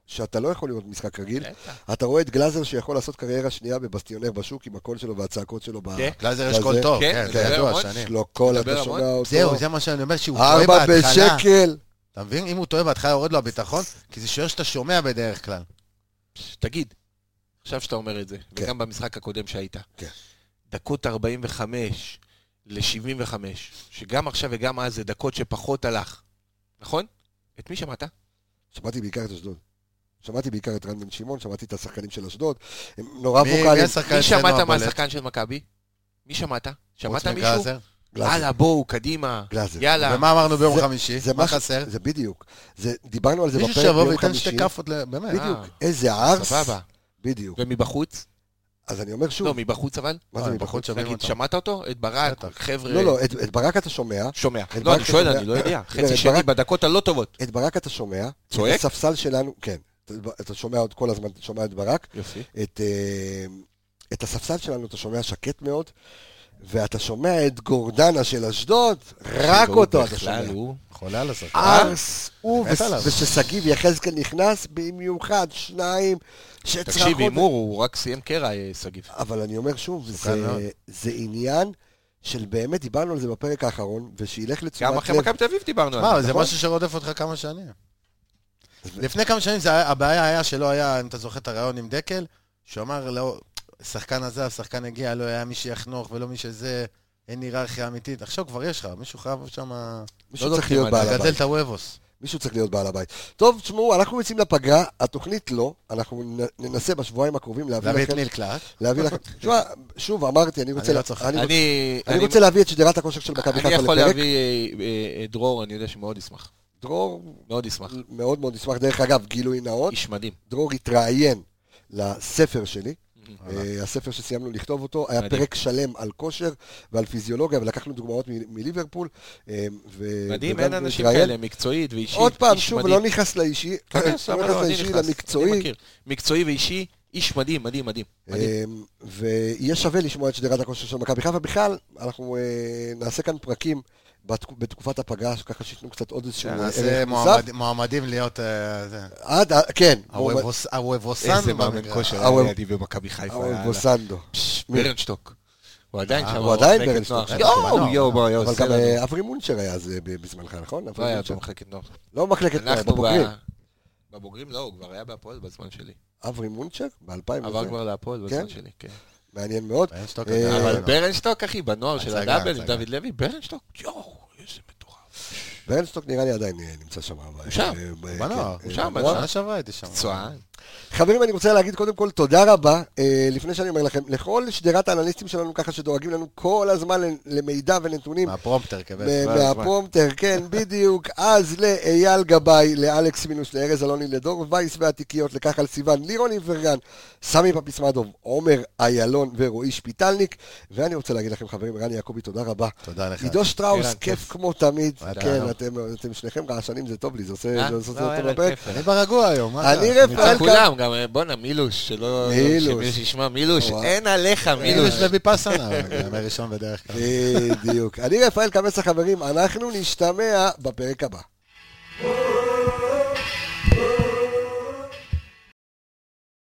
[SPEAKER 1] שאתה לא יכול לראות משחק רגיל. אתה רואה את גלאזר שיכול לעשות קריירה שנייה בבסטיונר בשוק עם הקול שלו והצעקות שלו.
[SPEAKER 2] גלאזר יש קול טוב, כן, זה ידוע, שנים.
[SPEAKER 1] לא קול, אתה שומע אותו.
[SPEAKER 2] זהו, זה מה שאני אומר, שהוא טועה
[SPEAKER 1] ארבע
[SPEAKER 2] בהתחלה.
[SPEAKER 1] בשקל.
[SPEAKER 2] אתה מבין? אם הוא טועה בהתחלה, יורד לו הביטחון, כי זה שוער שאתה שומע בדרך כלל.
[SPEAKER 4] תגיד, עכשיו שאתה אומר את זה, וגם במשחק הקודם שהיית. דקות ארבעים וחמש ל-שבעים וחמש, שגם עכשיו וגם אז זה דקות שפחות הלך. נכון? את מי שמעת?
[SPEAKER 1] שמעתי בעיקר את אשדוד. שמעתי בעיקר את רן בן שמעון, שמעתי את השחקנים של אשדוד. הם נורא ווקליים.
[SPEAKER 4] מי שמעת מהשחקן של מכבי? מי שמעת? שמעת מישהו? הלאה, בואו, קדימה. יאללה.
[SPEAKER 2] ומה אמרנו ביום חמישי? מה חסר?
[SPEAKER 1] זה בדיוק. דיברנו על זה בפרק
[SPEAKER 2] מישהו שיבוא וייתן שתי כפות, באמת.
[SPEAKER 1] בדיוק. איזה ארס.
[SPEAKER 4] סבבה.
[SPEAKER 1] בדיוק.
[SPEAKER 4] ומבחוץ?
[SPEAKER 1] אז אני אומר שוב.
[SPEAKER 4] לא, מבחוץ אבל?
[SPEAKER 1] מה זה מבחוץ?
[SPEAKER 4] נגיד, שמעת אותו? את ברק, חבר'ה...
[SPEAKER 1] לא, לא, את ברק אתה שומע.
[SPEAKER 4] שומע. לא, אני שואל, אני לא יודע. חצי שני בדקות הלא טובות.
[SPEAKER 1] את ברק אתה שומע.
[SPEAKER 4] צועק?
[SPEAKER 1] את הספסל שלנו, כן. אתה שומע עוד כל הזמן, אתה שומע את ברק.
[SPEAKER 4] יופי.
[SPEAKER 1] את הספסל שלנו אתה שומע שקט מאוד. ואתה שומע את גורדנה של אשדוד, רק אותו אתה שומע.
[SPEAKER 2] חולה על השחקן.
[SPEAKER 1] ארס, הוא ושסגיב יחזקאל נכנס, במיוחד שניים שצרחות.
[SPEAKER 4] תקשיב, אימור, הוא רק סיים קרע, סגיב.
[SPEAKER 1] אבל אני אומר שוב, זה עניין של באמת, דיברנו על זה בפרק האחרון, ושילך לתשומת לב.
[SPEAKER 4] גם אחרי מכבי תל אביב דיברנו על
[SPEAKER 2] זה. זה משהו שרודף אותך כמה שנים. לפני כמה שנים הבעיה היה שלא היה, אם אתה זוכר את הרעיון עם דקל, שהוא אמר לא... שחקן הזה, השחקן הגיע, לא היה מי שיחנוך ולא מי שזה, אין היררכיה אמיתית. עכשיו כבר יש לך, מישהו חייב שם...
[SPEAKER 1] מישהו צריך להיות בעל הבית.
[SPEAKER 2] גדל את הוובוס.
[SPEAKER 1] מישהו צריך להיות בעל הבית. טוב, תשמעו, אנחנו יוצאים לפגרה, התוכנית לא, אנחנו ננסה בשבועיים הקרובים להביא לכם...
[SPEAKER 2] להביא את מילקלט.
[SPEAKER 1] להביא לכם... שוב, אמרתי, אני רוצה...
[SPEAKER 4] אני
[SPEAKER 1] אני רוצה להביא את שדרת הכושר של מכבי חיפה לפרק.
[SPEAKER 4] אני יכול להביא את דרור, אני יודע שמאוד ישמח.
[SPEAKER 1] דרור...
[SPEAKER 4] מאוד ישמח.
[SPEAKER 1] מאוד מאוד ישמח. דרך אגב, גילוי נאות.
[SPEAKER 4] איש מדהים.
[SPEAKER 1] דרור התראיין לספר שלי. הספר שסיימנו לכתוב אותו, היה פרק שלם על כושר ועל פיזיולוגיה, ולקחנו דוגמאות מליברפול.
[SPEAKER 4] מדהים, אין אנשים כאלה, מקצועית ואישית.
[SPEAKER 1] עוד פעם, שוב, לא נכנס לאישי, לא נכנס לאישי, למקצועי.
[SPEAKER 4] מקצועי ואישי, איש מדהים, מדהים, מדהים.
[SPEAKER 1] ויהיה שווה לשמוע את שדרת הכושר של מכבי חיפה. בכלל, אנחנו נעשה כאן פרקים בתקופת הפגרה, ככה שיתנו קצת עוד איזשהו...
[SPEAKER 2] נעשה מועמדים להיות...
[SPEAKER 1] עד, כן.
[SPEAKER 2] הוובוסנדו.
[SPEAKER 4] איזה מאמן כושר היה לידי במכבי חיפה.
[SPEAKER 1] הוובוסנדו.
[SPEAKER 4] ברנשטוק. הוא עדיין שם.
[SPEAKER 1] הוא עדיין ברנשטוק.
[SPEAKER 4] יואו, יואו, יואו.
[SPEAKER 1] אבל גם אברי מונצ'ר היה אז בזמנך, נכון?
[SPEAKER 4] לא היה במחלקת נוער.
[SPEAKER 1] לא במחלקת נוער, בבוגרים.
[SPEAKER 4] בבוגרים לא, הוא כבר היה בהפועל בזמן שלי.
[SPEAKER 1] אברי מונצ'ר? ב-אלפיים.
[SPEAKER 4] עבר כבר להפועל בזמן שלי, כן.
[SPEAKER 1] מעניין מאוד.
[SPEAKER 4] אבל ברנשטוק, אחי, בנוער של הדאבל, עם דוד לוי, ברנשטוק, יואו, איזה מטורף.
[SPEAKER 1] ברנשטוק נראה לי עדיין נמצא שם.
[SPEAKER 4] הוא שם,
[SPEAKER 2] בנוער,
[SPEAKER 4] הוא שם,
[SPEAKER 2] בשנה שעברה הייתי שם.
[SPEAKER 4] צוען.
[SPEAKER 1] חברים, אני רוצה להגיד קודם כל תודה רבה, לפני שאני אומר לכם, לכל שדרת האנליסטים שלנו ככה שדואגים לנו כל הזמן למידע ונתונים.
[SPEAKER 2] מהפרומפטר, כבש.
[SPEAKER 1] מהפרומפטר, כן, בדיוק. אז לאייל גבאי, לאלכס מינוס, לארז אלוני, לדור וייס והתיקיות, לכחל סיוון, לירון איברגן, סמי פפיסמדוב, עומר איילון ורועי שפיטלניק. ואני רוצה להגיד לכם, חברים, רני יעקובי, תודה רבה.
[SPEAKER 2] תודה לך.
[SPEAKER 1] עידו שטראוס, כיף כמו תמיד. כן, אתם שניכם רעשנים, זה טוב לי, זה עושה טוב לפרק.
[SPEAKER 2] אני ברגוע היום.
[SPEAKER 1] אני רפאל
[SPEAKER 4] כולם, גם בונה, מילוש, שלא... מילוש. שישמע, מילוש, אין עליך, מילוש.
[SPEAKER 2] מילוש לביפסנה, מראשון בדרך כלל.
[SPEAKER 1] בדיוק. אני רפאל קבס החברים, אנחנו נשתמע בפרק הבא.